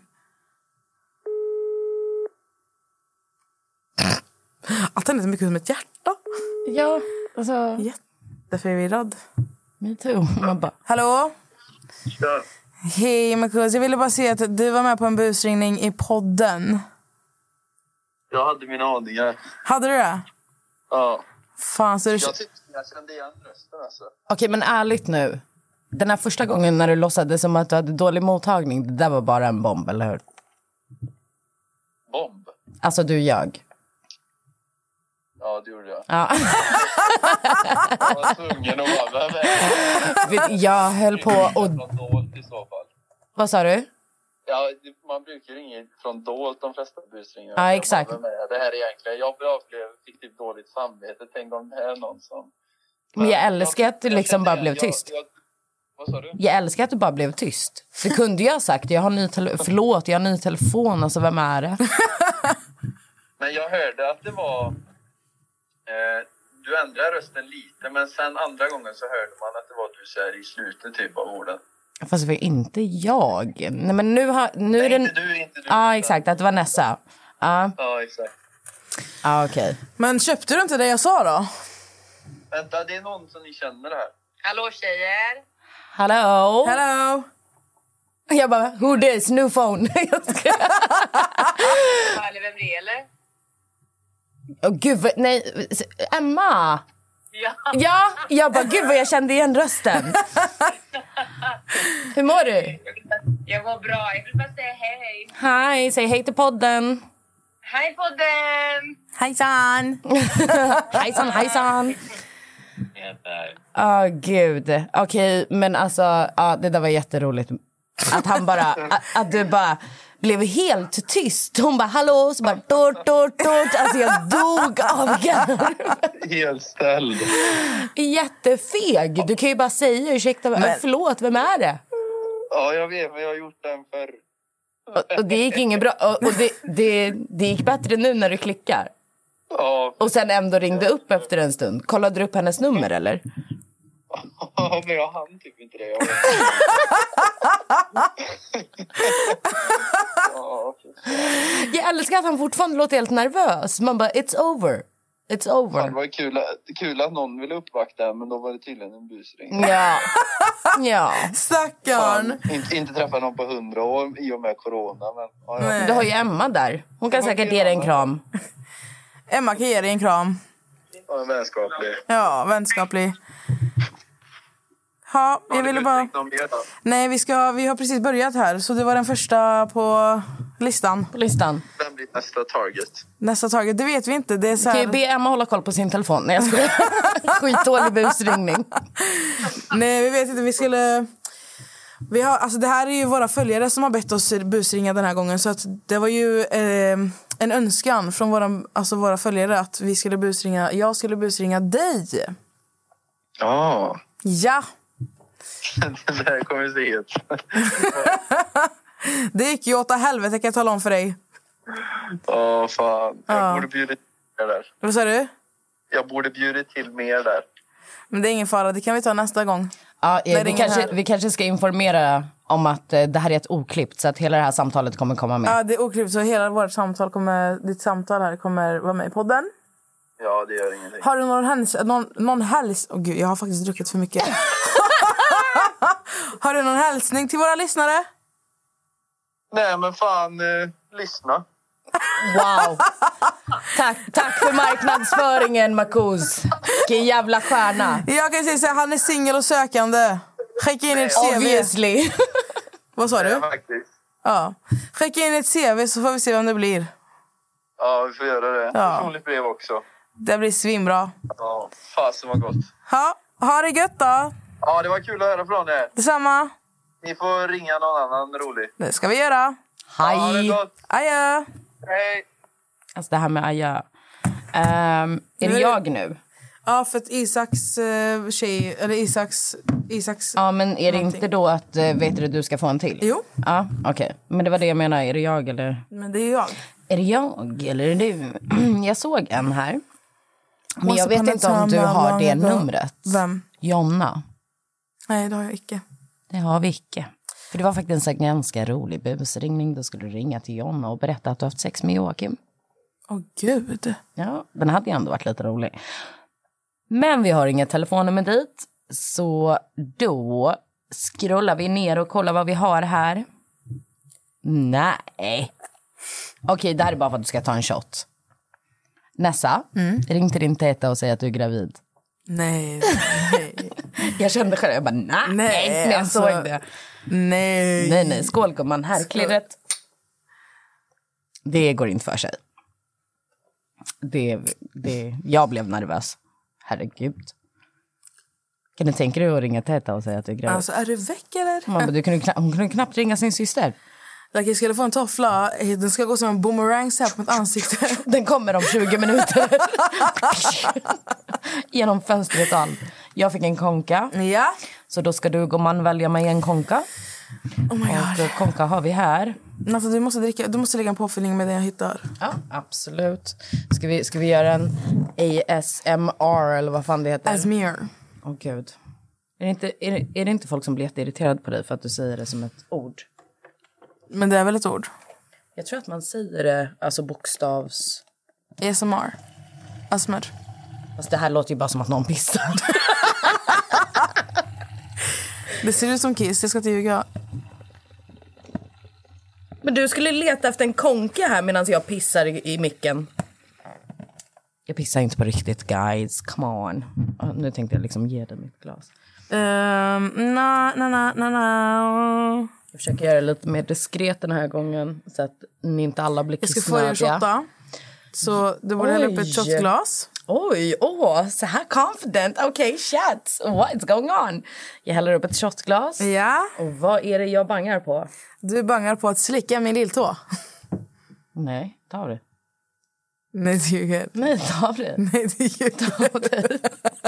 Att han är så mycket som ett hjärta. Ja, alltså... Jätteförvirrad. Me too. Man bara... Hallå? Ja. Hej Marcus, jag ville bara säga att du var med på en busringning i podden. Jag hade mina aningar. Hade du det? Ja. Fan, så du... Jag kände igen rösten alltså. Okej, men ärligt nu. Den här första gången när du låtsades som att du hade dålig mottagning, det där var bara en bomb, eller hur? Bomb? Alltså, du ljög. Ja, det gjorde jag. Ja. Jag var tvungen att vara med. Jag höll på och... Från dolt i så fall. Vad sa du? Ja, man brukar ringa från dolt de flesta busringar. Ja, exakt. Det här är egentligen... Jag fick typ dåligt samvete. Tänk om det här är någon som... Men jag älskar att du liksom bara blev tyst. Vad sa du? Jag älskar att du bara blev tyst. Det kunde jag ha sagt. Jag har ny telefon. Alltså, vem är det? Men jag hörde att det var... du ändrade rösten lite, men sen andra gången så hörde man att det var du så här i slutet typ av orden. Fast det var inte jag. Nej, men nu är det... Inte du. Ja, exakt. Att det var Nessa. Ja, exakt. Ja, okej. Men köpte du inte det jag sa då? Vänta, det är någon som ni känner här. Hallå tjejer! Hello. Hello. Jag bara, who this? New phone. Hörni, vem det är eller? Gud, nej. Emma. Ja, jag bara, gud vad jag kände igen rösten. Hur mår du? Jag mår bra, jag vill bara säga hej. Hej, säg hej till podden. Hej podden! Hejsan. Hejsan. Gud. Okej, men alltså, det där var jätteroligt. Att han bara, att du bara blev helt tyst. Hon bara, hallå, så bara, tort. Alltså jag dog av garv. Helt ställd. Jättefeg. Du kan ju bara säga, ursäkta, förlåt, vem är det? Ja, jag vet, men jag har gjort den för... Och det gick inget bra. Och det gick bättre nu när du klickar. Ja. Och sen ändå ringde upp efter en stund. Kollade du upp hennes nummer, eller? Ja, men jag hann typ inte det. Jag älskar att han fortfarande låter helt nervös. Man bara, it's over. It's over. Det var kul att någon ville uppvakta, men då var det tydligen en busring. Ja. Stackarn. Inte träffa någon på 100 år i och med corona. Men, ja. Du har ju Emma där. Hon kan säkert ge dig en kram. Emma kan ge dig en kram. Ja, vänskaplig. Ja, vänskaplig. Ja, jag ville bara... Nej, vi har precis börjat här. Så det var den första på listan. Vem blir nästa target? Nästa target, det vet vi inte. Det är så här... Kan ju be Emma hålla koll på sin telefon. Nej, jag skulle... Skitdålig busringning. Nej, vi vet inte. Vi skulle... alltså det här är ju våra följare som har bett oss busringa den här gången. Så att det var ju en önskan från våra följare att jag skulle busringa dig. Ja. Ja. Det här kommer se ut. Det gick ju åt helvete, kan jag tala om för dig. Fan. Jag borde bjuda till mer där. Vad sa du? Jag borde bjuda till mer där. Men det är ingen fara, det kan vi ta nästa gång. Ja, vi kanske ska informera om att det här är ett oklippt, så att hela det här samtalet kommer komma med. Ja, det är oklippt, så hela vårt samtal ditt samtal här kommer vara med i podden. Ja, det gör ingenting. Har du någon hälsning? Gud, jag har faktiskt druckit för mycket. Har du någon hälsning till våra lyssnare? Nej, men fan, lyssna. Wow. Tack för marknadsföringen, Marcus. Vilken jävla stjärna. Jag kan säga så här, han är singel och sökande. Skicka in ett CV. Obviously. Vad sa du? Ja, faktiskt. Ja. Skicka in ett CV så får vi se vem det blir. Ja, vi får göra det. Ja. Personligt brev också. Det blir svinbra. Ja, fasen var gott. Ha det gött då. Ja, det var kul att höra från er. Detsamma. Ni får ringa någon annan rolig. Det ska vi göra. Hej. Ja, det är gott. Adjö. Hej. Alltså det här med Aja. Är det jag nu? Ja, för att Isaks tjej, eller Isaks... Ja, men är det någonting. inte då att du ska få en till? Jo. Ja, okej. Men det var det jag menar. Är det jag eller? Men det är jag. Är det jag eller är det du? Jag såg en här. Men Once jag vet upon a inte om time, du har det long ago. numret. Vem? Jonna. Nej, det har jag icke. Det har vi icke. För det var faktiskt en ganska rolig busringning. Då skulle du ringa till Jonna och berätta att du har haft sex med Joakim. Åh gud. Ja, den hade ju ändå varit lite rolig. Men vi har inga telefonnummer dit. Så då scrollar vi ner och kollar vad vi har här. Nej. Okej, det här är bara för att du ska ta en shot. Nessa, ring till din teta och säg att du är gravid. Nej. Jag kände själv, jag bara nej när jag alltså, såg det. Nej, skål gumman, här klirret. Det går inte för sig. Jag blev nervös. Herregud. Kan du tänka dig att ringa teta och säga att du är gravid? Alltså, är du väck eller? Man bara, hon kunde knappt ringa sin syster. Jag skulle få en toffla. Den ska gå som en boomerang så här på mitt ansikte. Den kommer om 20 minuter. Genom fönstret och allt. Jag fick en konka. Ja. Så då ska du gumman välja mig en konka. Oh my god. Och konka har vi här. Alltså, du måste lägga en påfyllning med det jag hittar. Ja, absolut. Ska vi göra en ASMR eller vad fan det heter? Asmir. Åh gud. Är det inte folk som blir jätteirriterade på dig för att du säger det som ett ord? Men det är väl ett ord? Jag tror att man säger det, alltså bokstavs... ASMR. Asmir. Fast det här låter ju bara som att någon pissar. Det ser ut som kiss, jag ska inte ljuga. Men du skulle leta efter en konka här medan jag pissar i micken. Jag pissar inte på riktigt, guys. Come on. Nu tänkte jag liksom ge dig mitt glas. No. Jag försöker göra det lite mer diskret den här gången. Så att ni inte alla blir Jag ska få dig att shotta. Så du borde hälla upp ett shotglas. Oj, så här confident. Okej, shots. What's going on? Jag häller upp ett shotglas. Ja. Och vad är det jag bangar på? Du bangar på att slicka min lilltå. Nej, ta det. Nej, det ljuger. Nej, ta det. Nej, det ljuger. Ta det.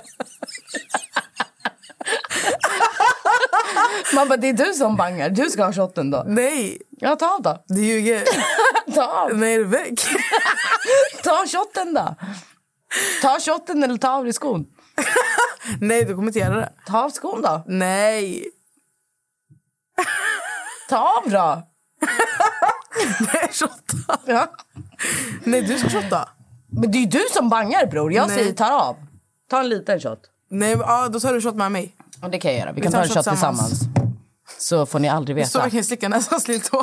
Man bara, det är du som bangar. Du ska ha shotten då. Nej. Ja, ta då. Det ljuger. Ta. Nej, är du väck? Ta shotten då. Ta shotten eller ta av dig skon. Nej, du kommer inte göra det. Ta av skon då. Nej. Ta av då. Nej, shotta. Ja. Nej, du ska shotta. Men det är ju du som bangar, bror. Jag säger ta av. Ta en liten shot. Nej, då tar du shot med mig. Ja, det kan jag göra. Vi kan ta en shot tillsammans. Så får ni aldrig veta. Så verkligen slicka nästan lilltå.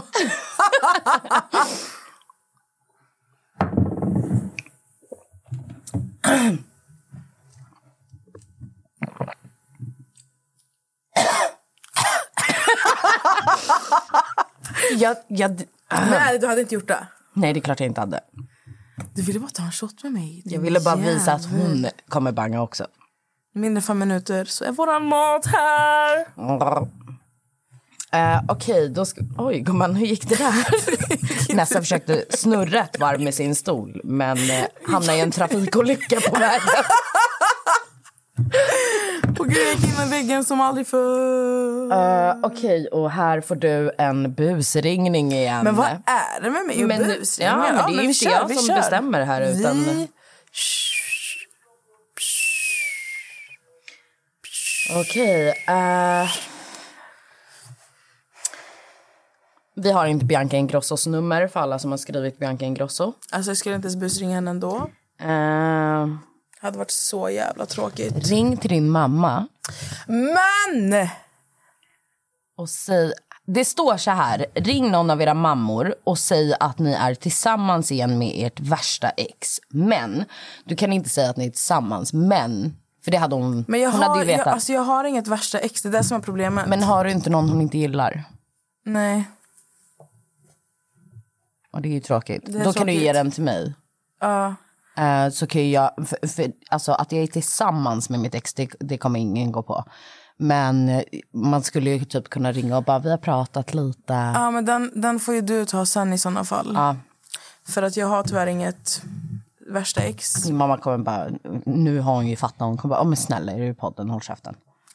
Nej, du hade inte gjort det. Nej, det är klart jag inte hade. Du ville bara ta en shot med mig. Jag ville bara visa att hon kommer banga också. Mindre 5 minuter så är våran mat här. Okej, då ska... Oj, gumman, hur gick det där? Nessa försökte snurra ett varv med sin stol, men hamnade i en trafikolycka på vägen. Och gud, jag gick in med väggen som aldrig förr. Okej, och här får du en busringning igen. Men vad är det med mig och busringningar? Ja, men det är ju inte jag som bestämmer här utan... Okej, vi har inte Bianca Ingrossos nummer för alla som har skrivit Bianca Ingrosso. Alltså jag skulle inte ens busringa henne ändå. Hade varit så jävla tråkigt. Ring till din mamma. Men! Och säg, det står så här, ring någon av era mammor och säg att ni är tillsammans igen med ert värsta ex. Men, du kan inte säga att ni är tillsammans, men... För det hade hon, men jag hon har, hade ju vetat. Jag har inget värsta ex, det är det som är problemet. Men har du inte någon hon inte gillar? Nej. Och det är ju tråkigt. Då tråkigt. Kan du ge den till mig. Så kan jag... För, alltså att jag är tillsammans med mitt ex, det kommer ingen gå på. Men man skulle ju typ kunna ringa och bara, vi har pratat lite. Ja, men den får ju du ta sen i sådana fall. Ja. För att jag har tyvärr inget värsta ex. Min mamma kommer bara, nu har hon ju fattat. Hon kommer bara, men snälla, är du i podden? Håll käften.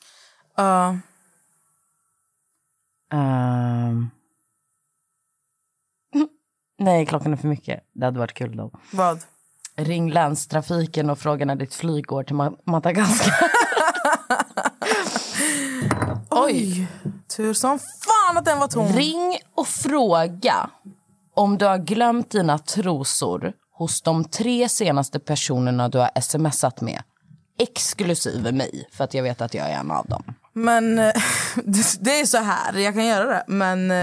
Nej, klockan är för mycket. Det hade varit kul då. Vad? Ring länstrafiken och fråga när ditt flyg går till Madagaskar. Oj, tur som fan att den var tom. Ring och fråga om du har glömt dina trosor hos de 3 senaste personerna du har smsat med. Exklusive mig, för att jag vet att jag är en av dem. Men det är så här, jag kan göra det. Men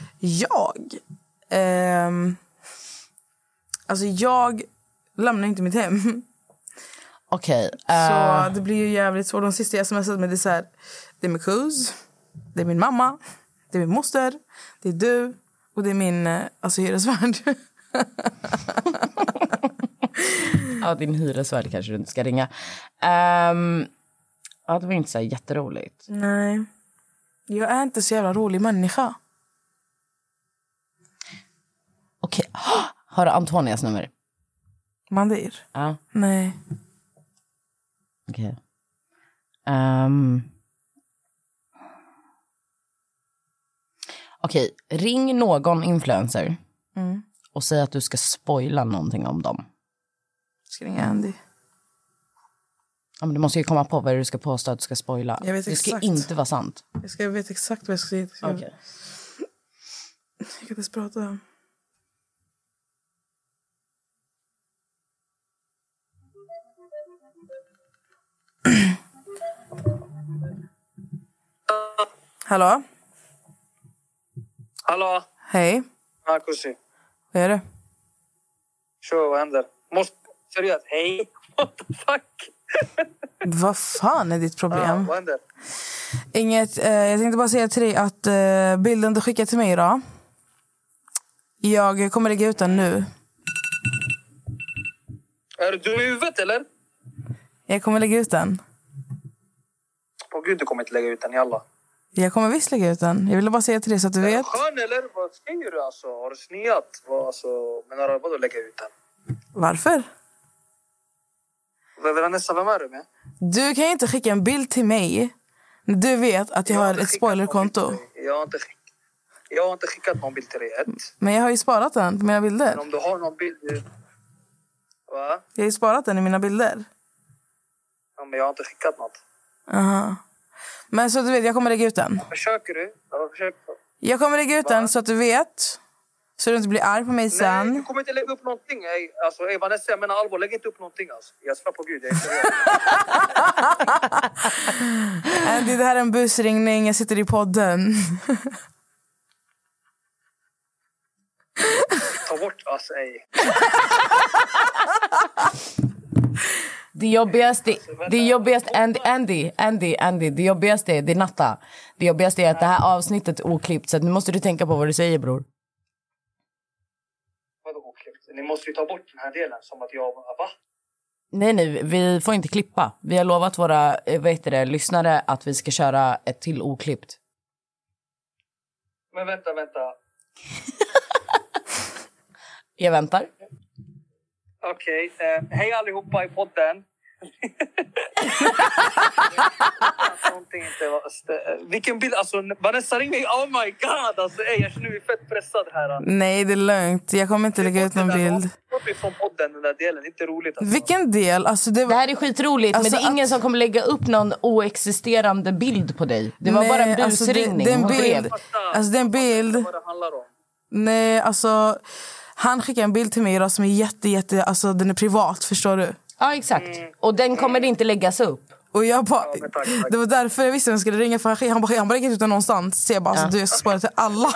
jag lämnar inte mitt hem. Okej. Så det blir ju jävligt svårt. De sista jag smsat med, det är så här, det är min kus, det är min mamma, det är min moster, det är du och det är min hyresvärd. Ja, din hyresvärd kanske du inte ska ringa. Ja, det var inte så jätteroligt. Nej. Jag är inte så jävla rolig människa. Okej. Har du Antonias nummer? Mandir? Ja. Nej. Okej. Okej, ring någon influencer och säg att du ska spoila någonting om dem. Ska ringa Andy. Ja, men du måste ju komma på vad du ska påstå att du ska spoila. Jag vet det ska exakt. inte vara sant. Jag vet exakt vad jag ska säga. Okej. Jag kan inte ens prata. Hallå? Hallå? Hej. Marcusi. Vad är det? Tjo, vad händer? Seriöst, hej? What the fuck? Vad fan är ditt problem? Vad händer? Inget, jag tänkte bara säga till dig att bilden du skickade till mig idag, jag kommer lägga ut den nu. Är du dum i huvudet eller? Jag kommer lägga ut den. Åh gud, du kommer inte lägga ut den i alla. Jag kommer visst lägga ut den. Jag ville bara säga till dig så att du vet. Skön eller? Vad säger du alltså? Har du sniat? Menar du vadå lägga ut den? Varför? Vanessa, vem är du med? Du kan ju inte skicka en bild till mig när du vet att jag har ett spoilerkonto. Jag har inte skickat någon bild till dig. Men jag har ju sparat den på mina bilder. Men om du har någon bild... Va? Jag har ju sparat den i mina bilder. Ja, men jag har inte skickat något. Aha. Men så du vet, jag kommer lägga ut den. Försöker du? Jag kommer lägga ut den så att du vet. Så du inte blir arg på mig sen. Nej, du kommer inte lägga upp någonting. Vanessa, jag menar allvar, lägg inte upp någonting. Alltså. Jag svär på Gud, jag är seriös. Andy, det här är en busringning. Jag sitter i podden. Ta bort oss, ej. Det jobbigaste, Andy, det jobbigaste, det är Natta. Det jobbigaste är att det här avsnittet är oklippt, så nu måste du tänka på vad du säger, bror. Vadå oklippt? Ni måste ju ta bort den här delen som att jag... Va? Nej, vi får inte klippa. Vi har lovat våra lyssnare att vi ska köra ett till oklippt. Men vänta. Jag väntar. Okej, hej allihopa i podden. någonting inte. Vilken bild? Alltså, Vanessa ring mig. Oh my god! Alltså, jag känner mig fett pressad här. Nej, det är lugnt. Jag kommer inte lägga ut någon bild. Från podden, den där delen. Det är inte roligt. Alltså. Vilken del? Alltså, det här är skitroligt, alltså, men det är ingen som kommer lägga upp någon oexisterande bild på dig. Det var bara en busringning. Alltså, det är en bild. Nej, alltså... Han skickade en bild till mig idag som är jätte... Alltså, den är privat, förstår du? Ja, exakt. Och den kommer inte läggas upp. Och jag bara... Det var därför jag visste att jag skulle ringa. För han bara ringa ut den någonstans. Så jag bara, alltså, jag ska spara till alla.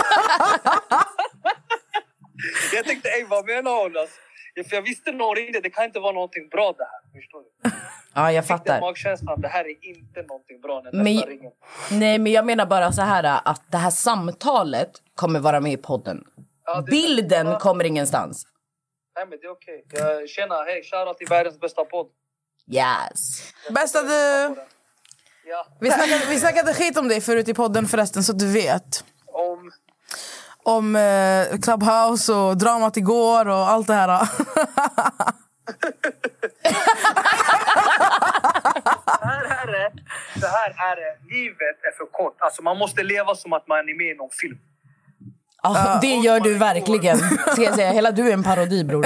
Jag tänkte, vad menar hon? Alltså? För jag visste någon ringde. Det kan inte vara någonting bra det här. Förstår du? Ja, jag fattar. Magkänslan, det här är inte någonting bra när ringer. Nej, men jag menar bara så här att det här samtalet kommer vara med i podden. Ja, bilden kommer ingenstans. Nej, men det är okej. Tjena, hej, shoutout till världens bästa podd. Yes. Bästa du. Ja. Vi snackade skit om dig förut i podden förresten, så att du vet. Om Clubhouse och dramat igår och allt det här. Det här är det. Livet är för kort. Alltså man måste leva som att man är med i någon film. Ja, det gör du verkligen. Ska jag säga, hela du är en parodi, bror.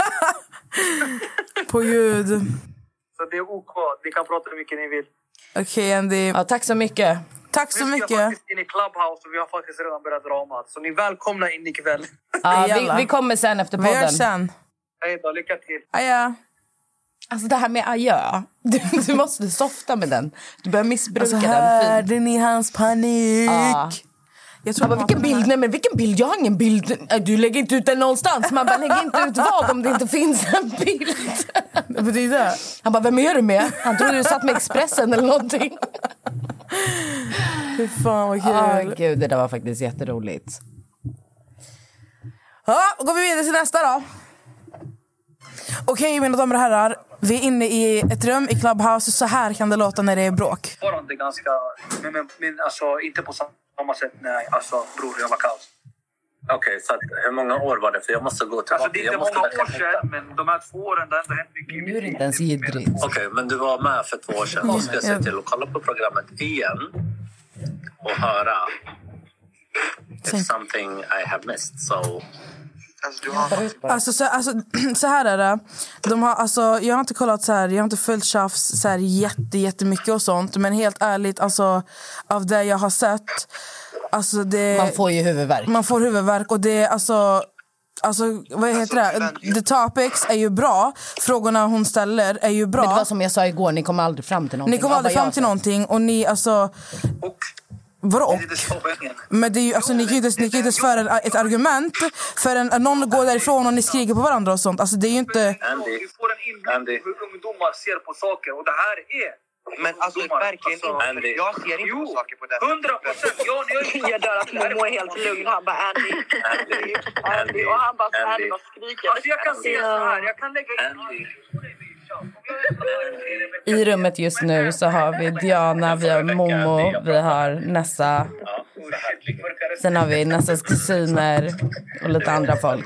På Gud. Så det är OK. Vi kan prata hur mycket ni vill. Okej, Andy. Ja, tack så mycket. Tack så mycket. Vi ska faktiskt in i Clubhouse och vi har faktiskt redan börjat dramat. Så ni är välkomna in ikväll. Ja, vi kommer sen efter podden. Vi gör sen. Hej då, lycka till. Aja. Alltså det här med adjö. Du måste softa med den. Du börjar missbruka alltså, den. Hörde ni hans panik? Jag tror bara, vilken bild? Nej, men vilken bild? Jag har ingen bild. Du lägger inte ut den någonstans. Man bara, lägger inte ut vad om det inte finns en bild. Vad betyder det? Han bara, vem är du med? Han trodde du satt med Expressen eller någonting. Fy fan vad kul. Gud, det där var faktiskt jätteroligt. Ja, går vi vidare till nästa då. Okej, mina damer och herrar. Vi är inne i ett rum i Clubhouse. Så här kan det låta när det är bråk. Fortfarande ganska... Men alltså, inte på samma sätt. Nej, alltså, bror, jag var kaos. Okej, så hur många år var det? För jag måste gå tillbaka. Alltså, det är inte många år sedan, men de här 2 åren det har ändå hänt mycket. Nu är det inte ens jiddrigt. Okej, men du var med för 2 år sedan. Då ska jag se till att kolla på programmet igen och höra if something I have missed. So... Alltså, så här är det. Jag har inte kollat så här, jag har inte följt Tjafs så här jättemycket och sånt, men helt ärligt, alltså av det jag har sett, alltså det, man får ju huvudvärk. Man får huvudvärk och det alltså vad heter det? The topics är ju bra. Frågorna hon ställer är ju bra. Men det var som jag sa igår, ni kommer aldrig fram till någonting. Ni kommer aldrig fram till någonting och ni alltså vadå? Men det är ju, alltså, ni kan ju inte föra ett argument för någon går därifrån och ni skriker på varandra och sånt. Alltså det är ju inte... Vi får en inblick hur ungdomar ser på saker och det här är... Men alltså verkligen inte. Jag ser inte på saker på det. 100%. Jag dör att Momo är helt lugn. Han bara Andy. Och han bara Andy och skriker. Alltså jag kan se så här. Jag kan lägga in... I rummet just nu så har vi Diana, vi har Momo, vi har Nessa. Sen har vi Nessas kusiner och lite andra folk.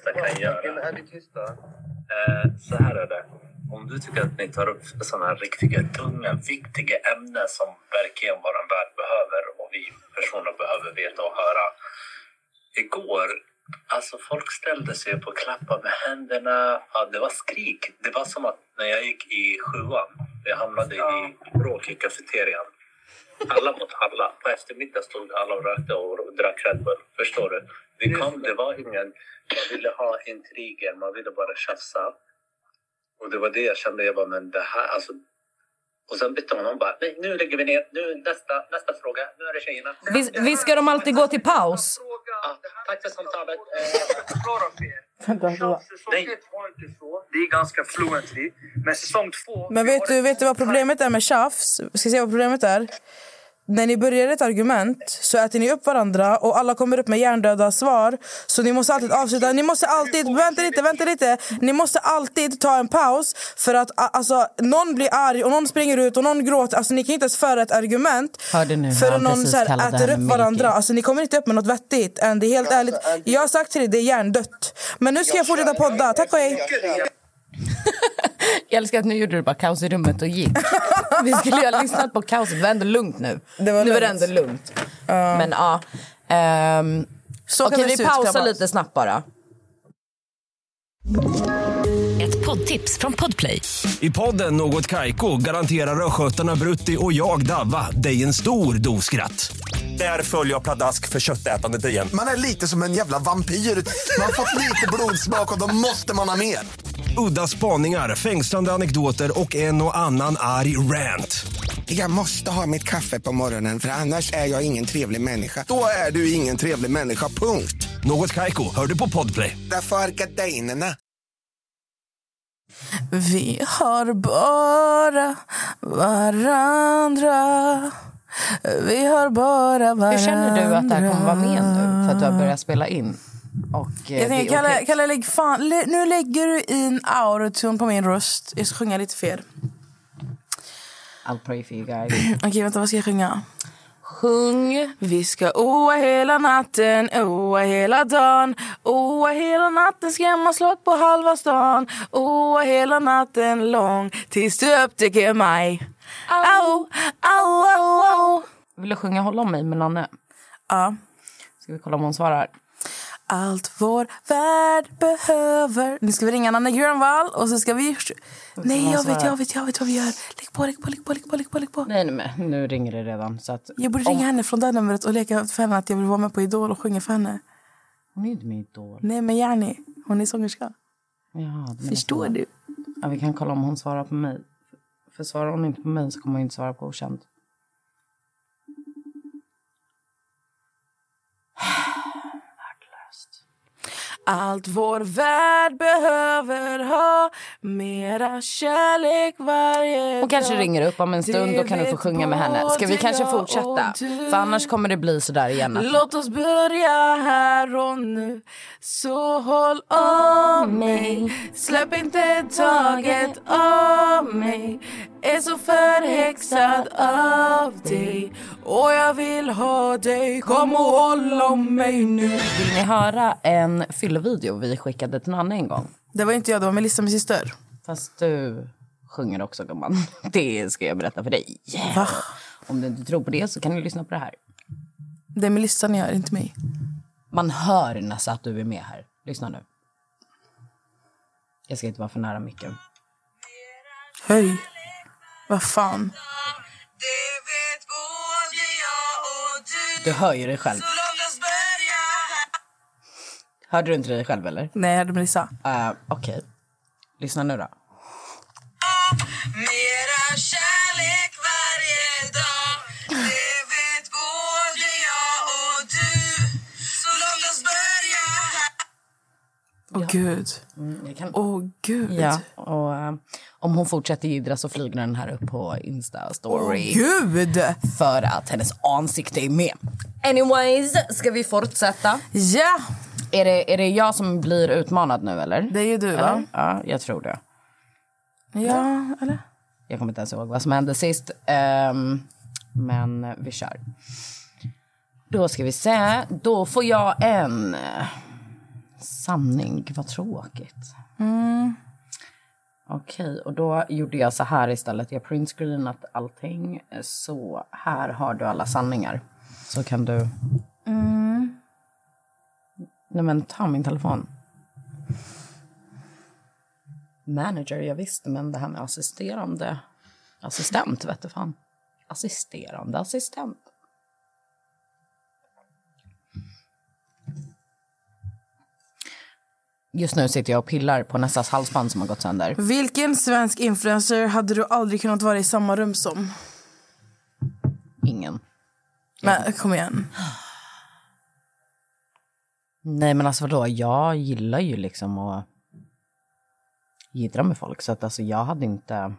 Så här är det. Om du tycker att ni tar upp sådana här riktiga, tunga, viktiga ämnen som verkligen vår värld behöver och vi personer behöver veta och höra. Igår, alltså folk ställde sig upp och klappade med händerna. Ja, det var skrik. Det var som att när jag gick i 7:an, jag hamnade i bråk i kafeterian. Alla mot alla. På eftermiddag stod alla och rökte och drack Red Bull. Förstår du? Det var ingen... Man ville ha intriger, man ville bara tjafsa. Och det var det jag kände, jag bara, men det här, alltså... Och sen bytte hon bara, nej, nu lägger vi ner, nu nästa fråga, nu är det tjejerna. Visst ska de alltid gå till paus? Ja, tack för samtalet. Det är ganska fluently. Men säsong 2... Men vet du vad problemet är med Tjafs? Ska jag säga vad problemet är? När ni börjar ett argument så äter ni upp varandra och alla kommer upp med hjärndöda svar. Så ni måste alltid avsluta. Ni måste alltid, vänta lite. Ni måste alltid ta en paus för att alltså, någon blir arg och någon springer ut och någon gråter. Alltså ni kan inte ens föra ett argument för att någon så här, äter upp varandra. Alltså ni kommer inte upp med något vettigt. Det är helt ärligt. Jag har sagt till dig, det är hjärndött. Men nu ska jag fortsätta podda. Tack och hej. Jag älskar att nu gjorde du bara kaos i rummet och gick. Vi skulle ju ha lyssnat på kaoset. Det var ändå lugnt nu. Nu är det ändå lugnt. Men ja. Okej, vi pausar lite snabbt bara. Ett poddtips från Podplay. I podden Något Kaiko garanterar röskötarna Brutti och jag Davva dig en stor doskratt. Där följer jag pladask för köttätandet igen. Man är lite som en jävla vampyr. Man har fått lite blodsmak och då måste man ha mer. Udda spaningar, fängslande anekdoter och en och annan arg rant. Jag måste ha mitt kaffe på morgonen för annars är jag ingen trevlig människa. Då är du ingen trevlig människa, punkt. Något Kaiko, hör du på Podplay. Därför är gardinerna. Vi har bara varandra. Vi har bara varandra. Hur känner du att det här kommer vara med nu? För att du har börjat spela in. Och jag tänker, Kalle, lägg fan. Nu lägger du in autotune på min röst. Jag ska sjunga lite fel. I'll pray for you guys. Okej, vänta, vad ska jag sjunga? Sjung. Vi ska oa hela natten, oa hela dagen. Oa hela natten, skrämma slag på halva stan. Oa hela natten lång, tills du upptäcker mig. Au, au, au, au. Vill du sjunga Håll om mig med Nanne? Ja. Ska vi kolla om hon svarar? Allt vår värld behöver. Nu ska vi ringa Nanne Grönvall och så ska vi... Nej, jag vet vad vi gör. Lägg på. Nej, men nu ringer det redan. Så att jag borde ringa henne från det numret och leka för henne att jag vill vara med på Idol och sjunga för henne. Hon är inte med Idol. Nej, men Järni. Hon är sångerska. Ja, förstår du? Ja, vi kan kolla om hon svarar på mig. För svarar hon inte på mig så kommer hon inte svara på okänd. Allt vår värld behöver ha mera kärlek varje dag. Hon kanske ringer upp om en stund, då kan du få sjunga med henne. Ska vi kanske fortsätta? För annars kommer det bli så där igen. Låt oss börja här och nu. Så håll om mig. Släpp inte taget av mig. Är så förhäxad av dig. Och jag vill ha dig. Kom och håll om mig nu. Vill ni höra en fyllevideo vi skickade till Nanne en gång? Det var inte jag, det var Melissa, min syster. Fast du sjunger också, gumman. Det ska jag berätta för dig. Va? Om du inte tror på det så kan du lyssna på det här. Det är Melissa ni gör, inte mig. Man hör nästan att du är med här. Lyssna nu. Jag ska inte vara för nära micken. Höj. Vad fan? Du hör ju dig själv. Hörde du inte dig själv, eller? Nej, jag hörde Melissa. Okej. Lyssna nu då. Mera kärlek varje dag. Det vet både jag och du. Så låt oss börja. Åh gud. Åh gud. Ja, och om hon fortsätter jiddra så flyger den här upp på Insta-story. Åh gud! För att hennes ansikte är med. Anyways, ska vi fortsätta? Ja! Är det jag som blir utmanad nu, eller? Det är ju du, eller? va? Ja, jag tror det. Ja, eller? Jag kommer inte ens ihåg vad som hände sist. Men vi kör. Då ska vi se. Då får jag en sanning. Vad tråkigt. Okej, och då gjorde jag så här istället. Jag printscreenat allting. Så här har du alla sanningar. Så kan du... Nej, men ta min telefon. Manager, jag visste, men det här med assisterande assistent, vet du fan. Assisterande assistent. Just nu sitter jag och pillar på Nessas halsband som har gått sönder. Vilken svensk influencer hade du aldrig kunnat vara i samma rum som? Ingen. Men kom igen. Nej, men alltså vadå? Jag gillar ju liksom att jiddra med folk. Så att alltså jag hade inte...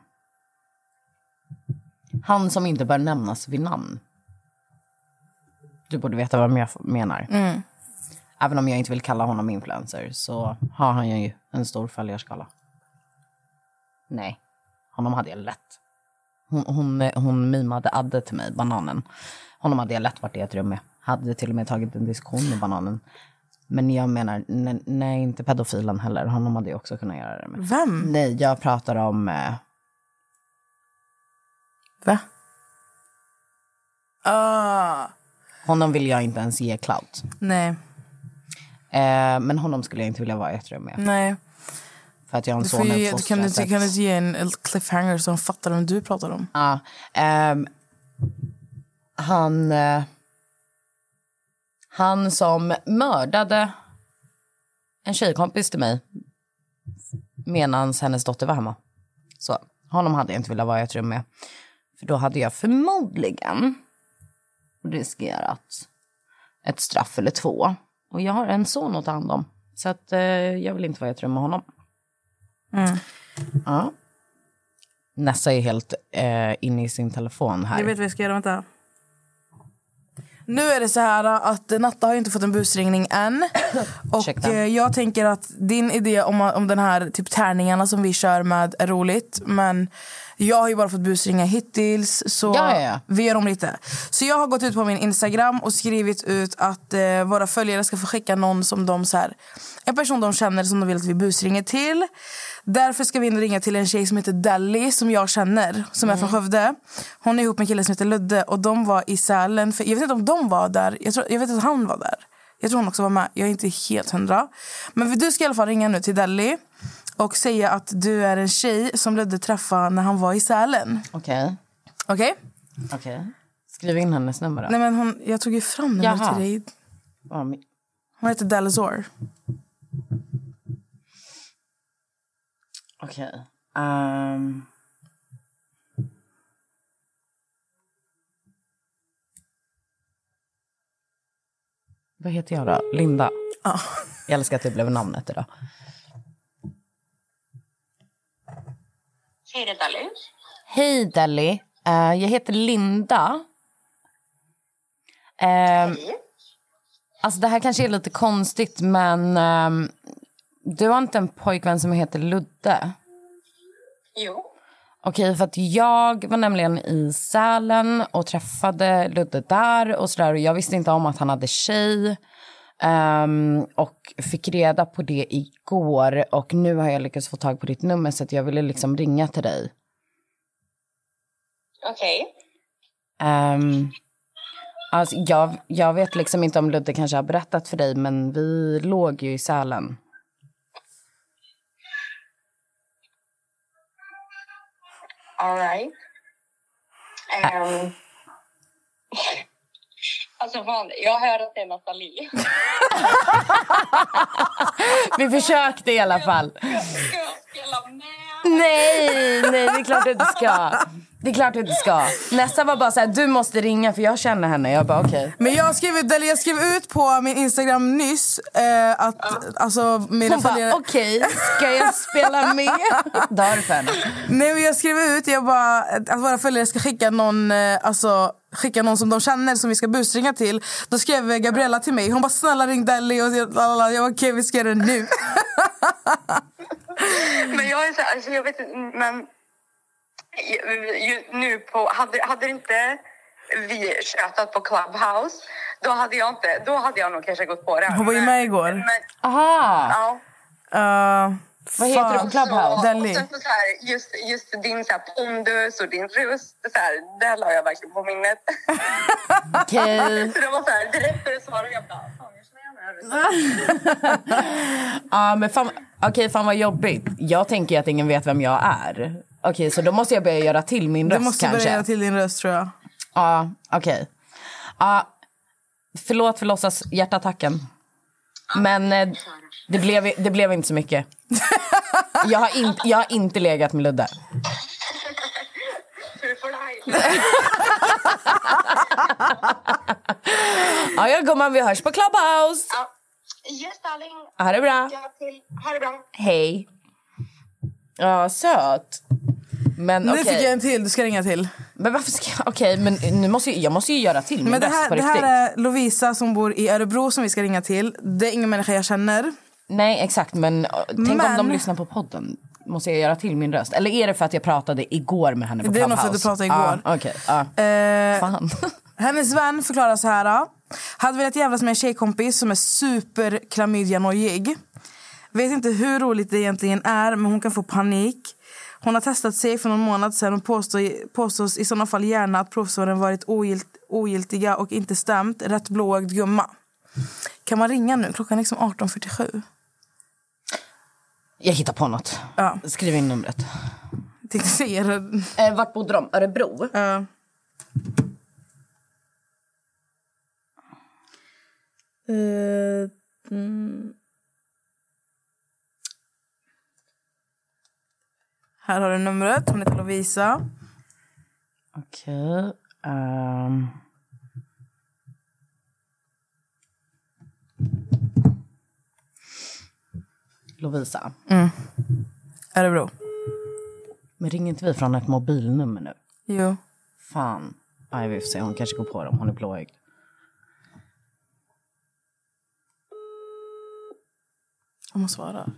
Han som inte bör nämnas vid namn. Du borde veta vad jag menar. Även om jag inte vill kalla honom influencer så har han ju en stor följarskala. Nej, honom hade jag lätt. Hon mimade Adde till mig, bananen. Honom hade jag lätt varit i ett rum med. Hade till och med tagit en diskussion med bananen. Men jag menar, nej, inte pedofilen heller. Honom hade jag också kunnat göra det med. Vem? Nej, jag pratar om Va? Honom vill jag inte ens ge clout. Nej. Men honom skulle jag inte vilja vara i ett rum med. Nej. För att jag har en Du son får ju, uppfostrat. kan du inte ge en cliffhanger som fattar vem du pratar om? Ja. Han som mördade en tjejkompis till mig medan hennes dotter var hemma. Så honom hade jag inte velat vara i ett rum med. För då hade jag förmodligen riskerat ett straff eller 2. Och jag har en son att ta hand om. Så att jag vill inte vara i ett rum med honom. Ja. Nessa är helt inne i sin telefon här. Jag vet vad jag ska göra, vänta. Nu är det så här att Natta har inte fått en busringning än. Och jag tänker att din idé om den här typ tärningarna som vi kör med är roligt. Men jag har ju bara fått busringa hittills. Så vi gör om lite. Så jag har gått ut på min Instagram och skrivit ut att våra följare ska få skicka någon som de så här, en person de känner som de vill att vi busringer till. Därför ska vi ringa till en tjej som heter Deli, som jag känner, som är från Skövde. Hon är ihop med en kille som heter Ludde. Och de var i Sälen. Jag vet inte om de var där. Jag vet att han var där. Jag tror hon också var med. Jag är inte helt 100. Men du ska i alla fall ringa nu till Deli och säga att du är en tjej som Ludde träffade när han var i Sälen. Okej. Skriv in hennes nummer då. Nej, men jag tog ju fram numret till dig. Hon heter Delazor. Okej. Vad heter jag då? Linda. Jag älskar att det blev namnet idag. Hej, det är Deli. Hej Deli. Jag heter Linda. Alltså det här kanske är lite konstigt, men du har inte en pojkvän som heter Ludde? Jo. Okej, för att jag var nämligen i Sälen och träffade Ludde där och sådär. Och jag visste inte om att han hade tjej. Och fick reda på det igår. Och nu har jag lyckats få tag på ditt nummer, så att jag ville liksom ringa till dig. Okej. Alltså jag vet liksom inte om Ludde kanske har berättat för dig, men vi låg ju i Sälen. All right. Alltså fan, jag hör att det är Nathalie. Vi försökte i alla fall. Ska jag spela med? Nej, det är klart du inte ska. Det är klart du inte ska. Nästa var bara så här, du måste ringa för jag känner henne. Jag bara okej. Men jag skrev ut på min Instagram nyss att alltså mina hon bara okej, ska jag spela med? Därför. Nej, men jag skrev ut att våra följare ska skicka någon som de känner som vi ska busringa till. Då skrev Gabriella till mig. Hon bara snälla ring Deli och jag var okej, vi ska göra det nu. Men jag är så här, alltså jag vet inte, men nu på hade inte vi tjötat på Clubhouse, då hade jag nog kanske gått på det. Hon var ju med igår. Men, aha. Ja. Vad heter du på Clubhouse? Deli. Så här, just din så här pondus och din röst så här, det la jag verkligen på minnet. Okej. Så det var så här, direkt när du svarade jag bara, fan jag känner igen det här. Men fan vad jobbigt. Jag tänker att ingen vet vem jag är. Okej, så då måste jag börja göra till min röst kanske. Du måste börja göra till din röst, tror jag. Ja, okej. Förlåt för låtsas hjärtattacken. Men det blev inte så mycket. Jag har inte legat med Ludde. Ja, gumman, vi hörs på Clubhouse. Yes, darling. Ha det bra. Ha det bra. Hej. Ja, söt. Men nu okej. fick jag en till, du ska ringa till. Men varför ska jag? Okej, men nu måste jag göra till min röst på riktigt. Det här är Lovisa som bor i Örebro som vi ska ringa till. Det är ingen människa jag känner. Nej, exakt, men tänk om de lyssnar på podden. Måste jag göra till min röst? Eller är det för att jag pratade igår med henne på Clubhouse? Det är nog för att du pratade igår. Okej. Fan. Hennes vän förklarar så här. Hade velat jävlas med en tjejkompis som är super klamydia-nojig. Vet inte hur roligt det egentligen är, men hon kan få panik. Hon har testat sig för någon månad sedan och påstås i sådana fall gärna att provsvaren varit ogiltiga och inte stämt. Rätt blåögd gumma. Kan man ringa nu? Klockan är liksom 18:47. Jag hittar på något. Ja. Skriv in numret. Tänkte säga det. Vart bodde de? Örebro? Ja. Här har du numret. Hon heter Lovisa. Okej. Lovisa. Örebro. Men ringer inte vi från ett mobilnummer nu? Jo. Fan. Aj, vi får se. Hon kanske går på dem. Hon är blåögd. Om hon svarar.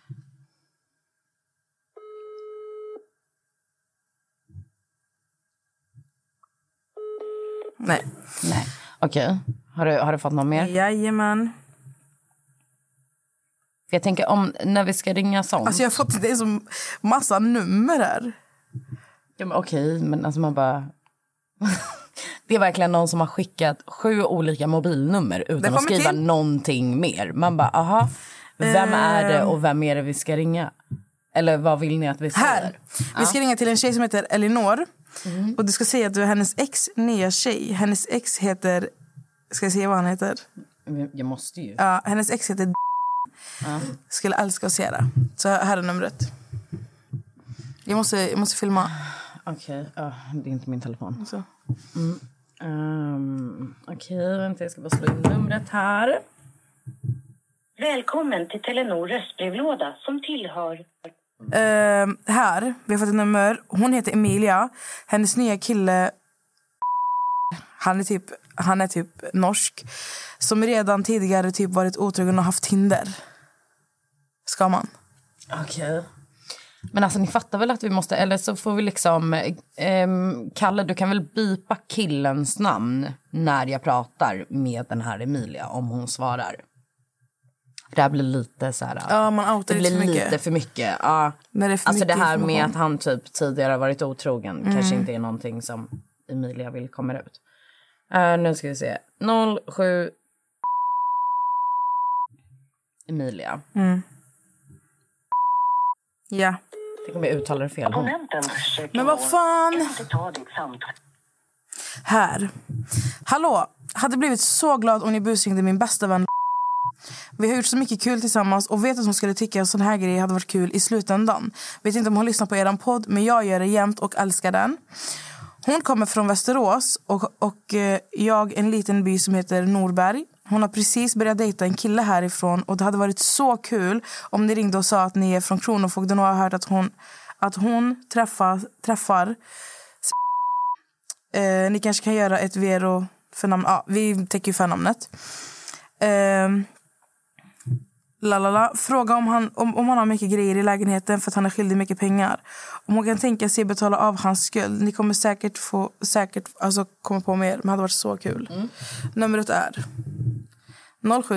Nej. Okej. Har du fått någon mer? Jajamän. För jag tänker om när vi ska ringa sånt. Alltså jag har fått det är som massa nummer här. Ja, men okej, men alltså man bara... Det är verkligen någon som har skickat 7 olika mobilnummer utan att skriva någonting mer. Man bara, aha, vem är det och vem är det vi ska ringa? Eller vad vill ni att vi säger? Här, vi ska ringa till en tjej som heter Elinor. Och du ska säga att du är hennes nya tjej. Hennes ex heter... Ska jag säga vad han heter? Jag måste ju. Ja, hennes ex heter... Skulle älska att se det. Så här är numret. Jag måste filma. Okej, det är inte min telefon. Så. Okej, vänta, jag ska bara slå in numret här. Välkommen till Telenor röstbrevlåda som tillhör... Här, vi har fått ett nummer. Hon heter Emilia. Hennes nya kille... Han är typ norsk. Som redan tidigare typ varit otrogen och haft Tinder. Ska man? Okej. Men alltså ni fattar väl att vi måste... Eller så får vi liksom... Kalle, du kan väl bipa killens namn när jag pratar med den här Emilia om hon svarar. Det här blir lite så här... Ja, man outar det blir lite för mycket. Ja. När det är för alltså mycket det här information. med att han typ tidigare har varit otrogen kanske inte är någonting som Emilia vill komma ut. Nu ska vi se. 07... Emilia. Ja. Tänk om jag uttalar det fel. Men vad fan? Här. Hallå. Hade blivit så glad om ni busringde min bästa vän. Vi har gjort så mycket kul tillsammans och vet att hon skulle tycka att sån här grej hade varit kul i slutändan. Vet inte om hon lyssnar på eran podd, men jag gör det jämt och älskar den. Hon kommer från Västerås och jag en liten by som heter Norberg. Hon har precis börjat dejta en kille härifrån och det hade varit så kul om ni ringde och sa att ni är från Kronofogden och har hört att hon träffar. Ni kanske kan göra ett Vero för namn. Ja, vi täcker ju för namnet. Fråga om han har mycket grejer i lägenheten för att han är skyldig mycket pengar. Om hon kan tänka sig betala av hans skuld. Ni kommer säkert komma på mer. Men det hade varit så kul. Numret är 07.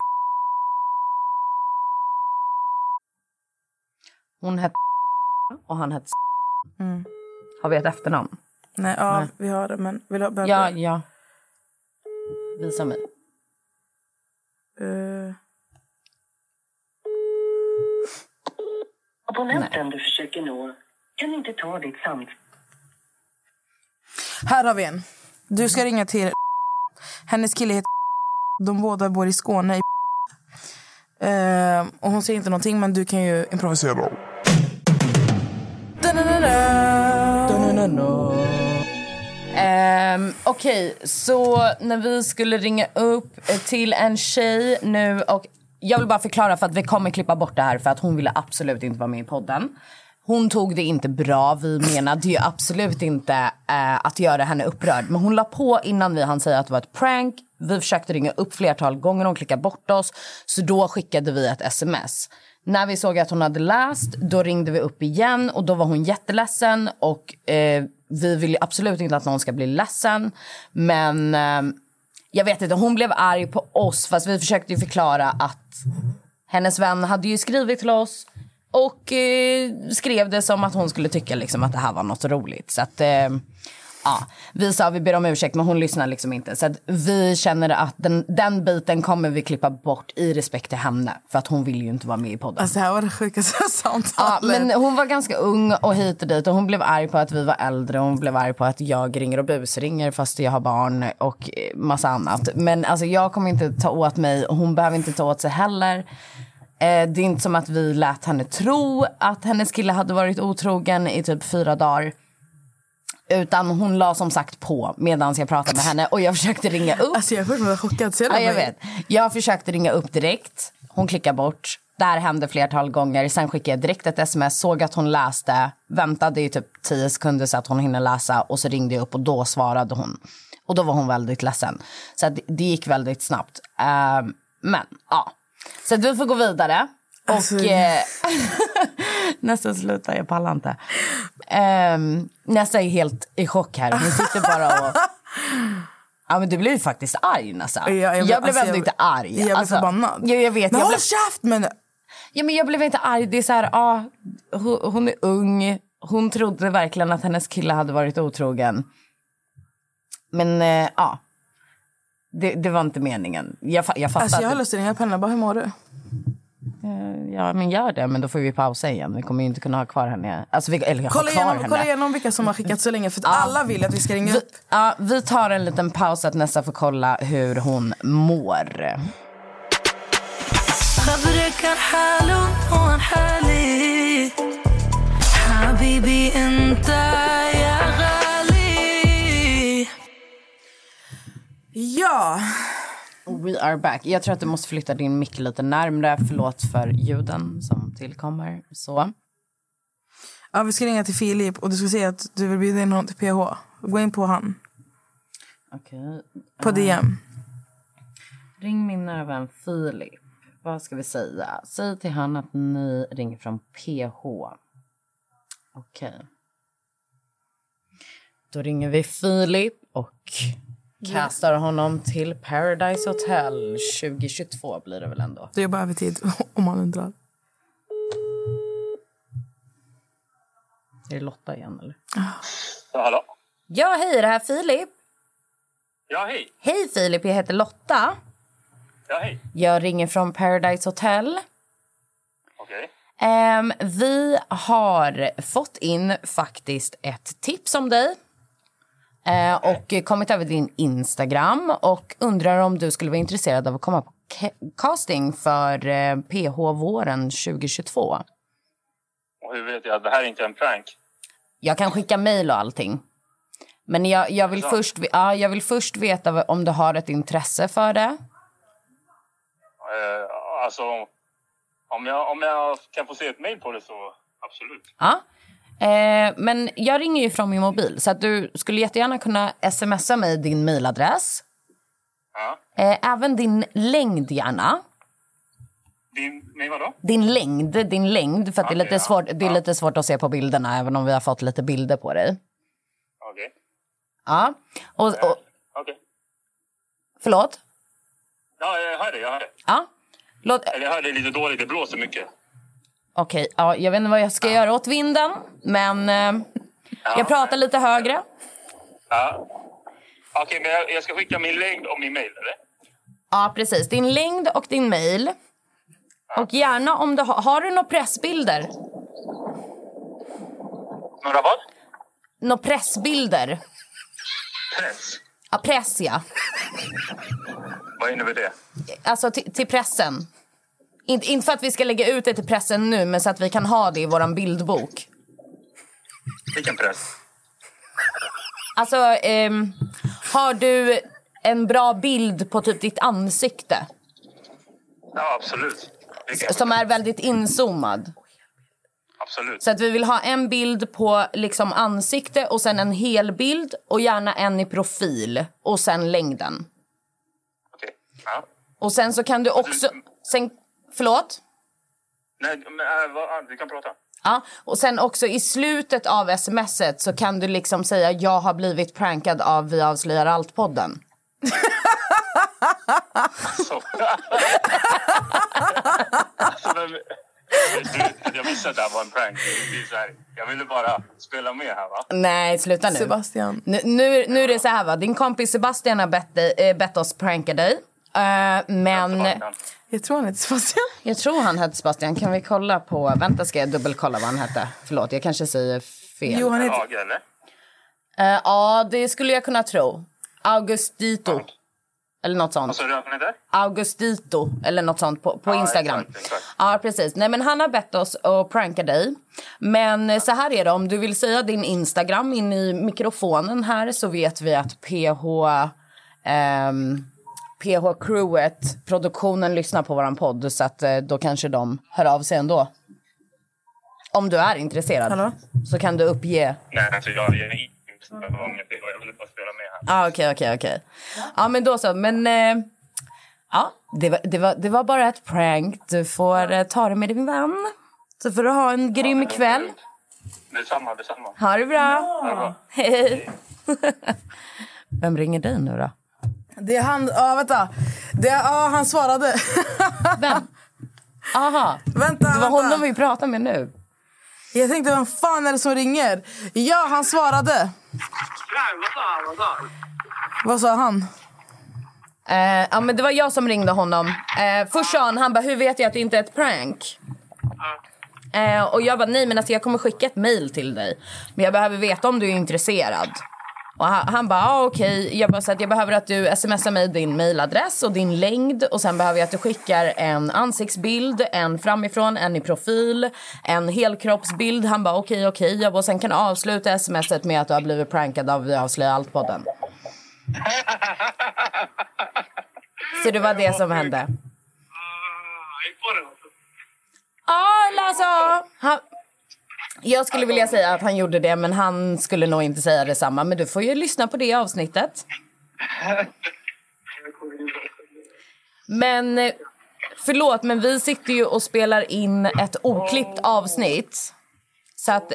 Hon hette och han hette Har vi ett efternamn? Nej, vi har det, men vill jag Ja. Visa mig. Abonnenten du försöker nå kan inte ta ditt samtal. Här har vi en. Du ska ringa till hennes kille heter de båda bor i Skåne och hon säger inte någonting, men du kan ju improvisera. Okej, så när vi skulle ringa upp till en tjej nu, och jag vill bara förklara för att vi kommer klippa bort det här för att hon ville absolut inte vara med i podden. Hon tog det inte bra. Vi menade ju absolut inte att göra henne upprörd. Men hon la på innan vi hann säga att det var ett prank. Vi försökte ringa upp flertal gånger. Hon klickade bort oss. Så då skickade vi ett sms. När vi såg att hon hade läst, då ringde vi upp igen. Och då var hon jätteledsen. Och vi vill ju absolut inte att någon ska bli ledsen. Men jag vet inte, hon blev arg på oss. Fast vi försökte ju förklara att hennes vän hade ju skrivit till oss. Och skrev det som att hon skulle tycka liksom att det här var något roligt. Så att vi sa vi ber om ursäkt, men hon lyssnar liksom inte. Så att vi känner att den biten kommer vi klippa bort i respekt till henne. För att hon vill ju inte vara med i podden. Alltså det här var det sjukaste samtalet. Ja, men hon var ganska ung och hit och dit. Och hon blev arg på att vi var äldre. Hon blev arg på att jag ringer och busringer fast jag har barn och massa annat. Men alltså jag kommer inte ta åt mig och hon behöver inte ta åt sig heller. Det är inte som att vi lät henne tro att hennes kille hade varit otrogen i typ 4 dagar. Utan hon la som sagt på medan jag pratade med henne. Och jag försökte ringa upp. Alltså jag var chockad. Ja, jag vet. Jag försökte ringa upp direkt. Hon klickar bort. Där hände flertal gånger. Sen skickade jag direkt ett sms. Såg att hon läste. Väntade i typ 10 sekunder så att hon hinner läsa. Och så ringde jag upp och då svarade hon. Och då var hon väldigt ledsen. Så att det gick väldigt snabbt. Men ja. Så att vi får gå vidare. Och nästan slutar, jag pallar inte. Nästa är helt i chock här. Hon sitter bara och... Ja, men du blev ju faktiskt arg nästan. Jag blev ändå inte arg. Jag blev förbannad. Jag vet. Men håll käft, men... Ja, men jag blev inte arg. Det är så här, hon är ung. Hon trodde verkligen att hennes kille hade varit otrogen. Men det var inte meningen. Jag fattar. Alltså jag har lust att ringa på henne. Bara, hur mår du? Ja, men gör det. Men då får vi pausa igen. Vi kommer ju inte kunna ha kvar henne. Alltså, kolla igenom vilka som har skickat så länge. För att alla vill att vi ska ringa upp. Ja, vi tar en liten paus att nästa får kolla hur hon mår. Ja. We are back. Jag tror att du måste flytta din mick lite närmare. Förlåt för ljuden som tillkommer. Så. Ja, vi ska ringa till Filip. Och du ska säga att du vill bjuda in honom till PH. Gå in på han. Okej. På DM. Ring min nära vän Filip. Vad ska vi säga? Säg till han att ni ringer från PH. Okej. Då ringer vi Filip och... kastar honom till Paradise Hotel 2022 blir det väl ändå. Det är bara över tid om man undrar. Är det Lotta igen eller? Ja, hallå? Ja, hej, det här Filip. Ja, hej. Hej Filip, jag heter Lotta. Ja, hej. Jag ringer från Paradise Hotel. Okej. Vi har fått in faktiskt ett tips om dig. Och kommit över din Instagram och undrar om du skulle vara intresserad av att komma på casting för PH våren 2022. Och hur vet jag att det här är inte en prank? Jag kan skicka mejl och allting. Men jag vill först veta om du har ett intresse för det. Alltså, om jag kan få se ett mejl på det så absolut. Ja. Men jag ringer ju från min mobil. Så att du skulle jättegärna kunna smsa mig din mailadress. Ja. Även din längd gärna. Nej, vadå? Din längd. För att det är lite svårt att se på bilderna. Även om vi har fått lite bilder på dig. Okej. Ja. Okej. Förlåt? Ja, jag hör det. Ja. Jag hör det lite dåligt, det blåser mycket. Okej, ja, jag vet inte vad jag ska göra åt vinden. Men jag pratar lite högre. Ja. Okej, men jag ska skicka min längd och min mail, eller? Ja, precis. Din längd och din mail. Ja. Och gärna om du har du några pressbilder? Några vad? Några pressbilder. Press? Ja, press, ja. Vad innebär det? Alltså till pressen. Inte för att vi ska lägga ut det till pressen nu, men så att vi kan ha det i våran bildbok. Vilken press? Alltså, har du en bra bild på typ ditt ansikte? Ja, absolut. Som är väldigt inzoomad. Absolut. Så att vi vill ha en bild på liksom ansikte och sen en hel bild och gärna en i profil och sen längden. Okej, ja. Och sen så kan du också... Förlåt? Nej, men du kan prata. Ja, och sen också i slutet av smset så kan du liksom säga jag har blivit prankad av Vi avslöjar allt-podden. Jag visste att det här var en prank. Det är så här, jag ville bara spela med här, va? Nej, sluta nu. Sebastian. Nu är det så här, va? Din kompis Sebastian har bett oss pranka dig. Men... Jag tror han heter Sebastian. Jag tror han hette Sebastian. Kan vi kolla på... Vänta, ska jag dubbelkolla vad han hette? Förlåt, jag kanske säger fel. Jo, han heter... Hage, eller? Ja, det skulle jag kunna tro. Augustito. Eller något sånt. Vad sa du att han heter? Augustito. Eller något sånt på Instagram. Exakt. Ja, precis. Nej, men han har bett oss att pranka dig. Men så här är det. Om du vill säga din Instagram in i mikrofonen här så vet vi att PH-crewet, produktionen, lyssnar på våran podd. Så att då kanske de hör av sig ändå. Om du är intresserad. Hallå? Så kan du uppge... Nej, alltså jag är inte jag ville bara spela med här. Okej. Ja, men då så. Men ja, det var bara ett prank. Du får ta det med din vän. Så får du ha en grym kväll. Detsamma. Ha det bra. Ja. Hej. Vem ringer dig nu då? Det är han... Ja, vänta. Han svarade. Vem? Aha. Vänta. Det var honom vi pratade med nu. Jag tänkte, vem fan är det som ringer? Ja, han svarade. Vad sa han? Ja, men det var jag som ringde honom. Först sa han bara, hur vet jag att det inte är ett prank? Och jag bara, nej men alltså jag kommer skicka ett mail till dig. Men jag behöver veta om du är intresserad. Och han bara, okej. Jag bara, så att jag behöver att du smsar mig din mailadress och din längd. Och sen behöver jag att du skickar en ansiktsbild, en framifrån, en i profil, en helkroppsbild. Han bara, okej. Jag bara, sen kan du avsluta smset med att du har blivit prankad av Vi avslöjar allt-podden. Så det var det som hände. Alltså, jag skulle vilja säga att han gjorde det, men han skulle nog inte säga detsamma. Men du får ju lyssna på det avsnittet. Men förlåt, men vi sitter ju och spelar in ett oklippt avsnitt. Så att...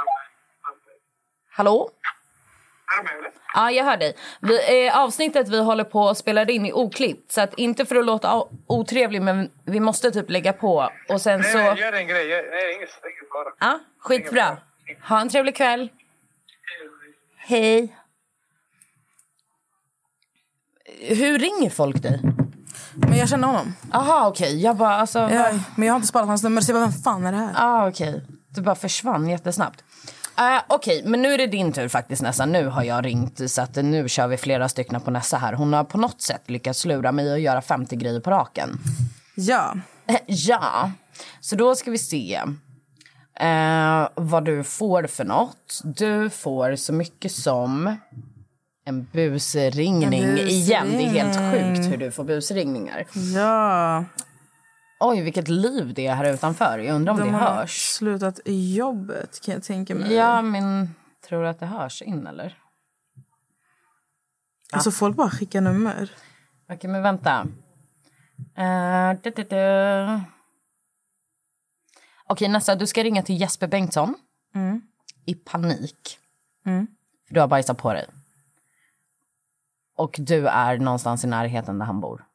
Hallå? Ja, jag hör dig. Avsnittet vi håller på och spelar in i oklippt. Så att inte för att låta otrevlig, men vi måste typ lägga på. Och sen så... Nej, gör en grej. Nej, inget bara. Ja, skitbra. Ha en trevlig kväll. Hej. Hur ringer folk dig? Men jag känner honom. Aha, okej. Jag bara, alltså... Men jag har inte sparat hans nummer, så jag bara, vem fan är det här? Okej. Du bara försvann jättesnabbt. Okej, men nu är det din tur faktiskt, Nessa. Nu har jag ringt, så att nu kör vi flera stycken på Nessa här. Hon har på något sätt lyckats lura mig och göra 50 grejer på raken. Ja. Ja. Så då ska vi se vad du får för något. Du får så mycket som en busringning igen. Det är helt sjukt hur du får busringningar. Ja. Oj, vilket liv det är här utanför. Jag undrar om det hörs. De har slutat i jobbet, kan jag tänka mig. Ja, men tror du att det hörs in, eller? Alltså, folk bara skickar nummer. Okej, men vänta. Okej, Nessa, du ska ringa till Jesper Bengtsson. I panik. För du har bajsat på dig. Och du är någonstans i närheten där han bor.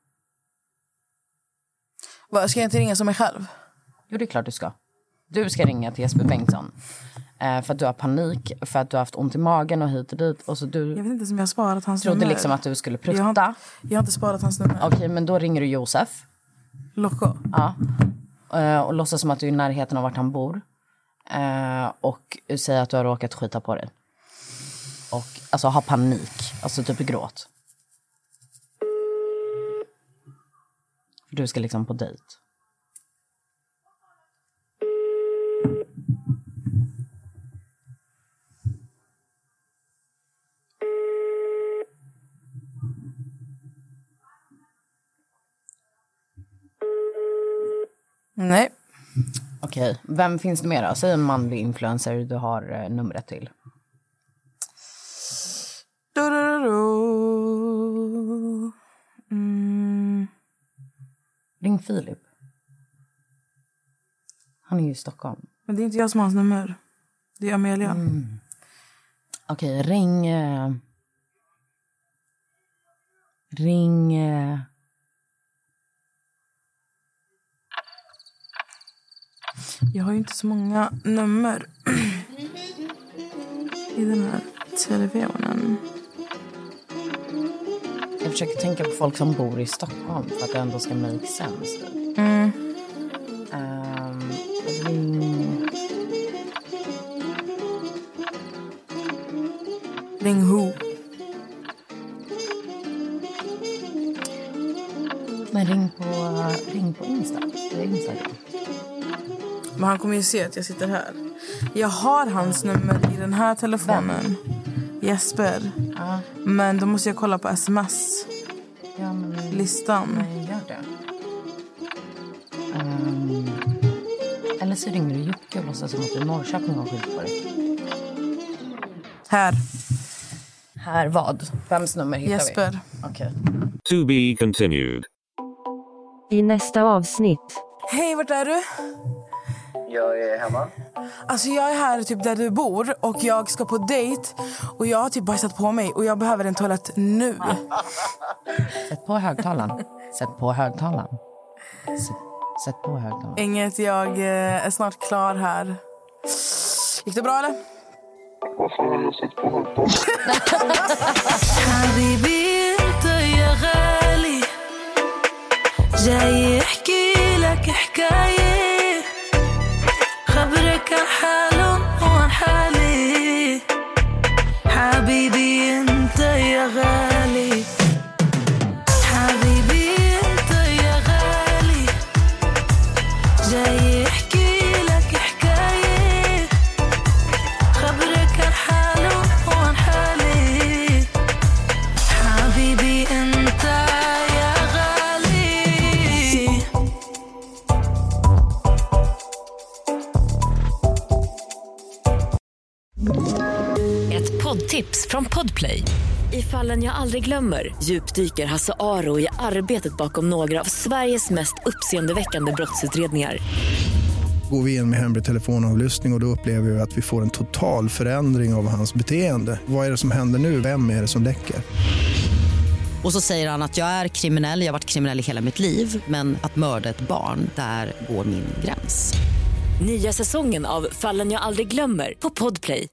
Ska jag inte ringa som mig själv? Jo, det är klart du ska. Du ska ringa till Jesper Bengtsson. För att du har panik. För att du har haft ont i magen och hit och dit. Och så du... Jag vet inte om jag har sparat hans nummer. Trodde liksom att du skulle prutta. Jag har inte sparat hans nummer. Okej, men då ringer du Josef. Loco? Ja. Och låtsas som att du är i närheten av vart han bor. Och säger att du har råkat skita på dig. Och alltså ha panik. Alltså typ gråt. För du ska liksom på dejt. Nej. Okej, vem finns det mer då? Säg en manlig influencer du har numret till. Ring Filip. Han är ju i Stockholm. Men det är inte jag som har hans nummer. Det är Amelia. Okej, ring... Jag har ju inte så många nummer i den här telefonen. Jag försöker tänka på folk som bor i Stockholm för att det ändå ska make sense. Ring who? Men ring på Insta. Det är Instagram. Men han kommer ju se att jag sitter här. Jag har hans nummer i den här telefonen. Jesper. Men då måste jag kolla på sms. Ja, men... listan. Nej, gör det. Eller så ringer du Jocke och låtsas som att du är Norrköping och har skit på dig. Här vad? Vems nummer hittar Jesper. vi? Okej. To be continued. I nästa avsnitt. Hej, vart är du? Jag är hemma. Alltså jag är här typ där du bor och jag ska på dejt och jag har typ bajsat på mig och jag behöver en toalett nu. Sätt på högtalaren. Sätt på högtalaren. Sätt på högtalaren. Inget, jag är snart klar här. Gick det bra eller? Vad fan, jag sätter på högtalaren. حبيبي انت يا غالي جاي احكي لك حكايه خبرك عن حالهم وعن حالي حبيبي انت يا غالي حبيبي انت يا غالي جاي احكي لك حكايه خبرك عن حالهم وعن حالي حبيبي انت يا غالي. Ett poddtips från Podplay. I Fallen jag aldrig glömmer djupdyker Hasse Aro i arbetet bakom några av Sveriges mest uppseendeväckande brottsutredningar. Går vi in med hemlig telefonavlyssning och då upplever vi att vi får en total förändring av hans beteende. Vad är det som händer nu? Vem är det som läcker? Och så säger han att jag är kriminell, jag har varit kriminell i hela mitt liv. Men att mörda ett barn, där går min gräns. Nya säsongen av Fallen jag aldrig glömmer på Podplay.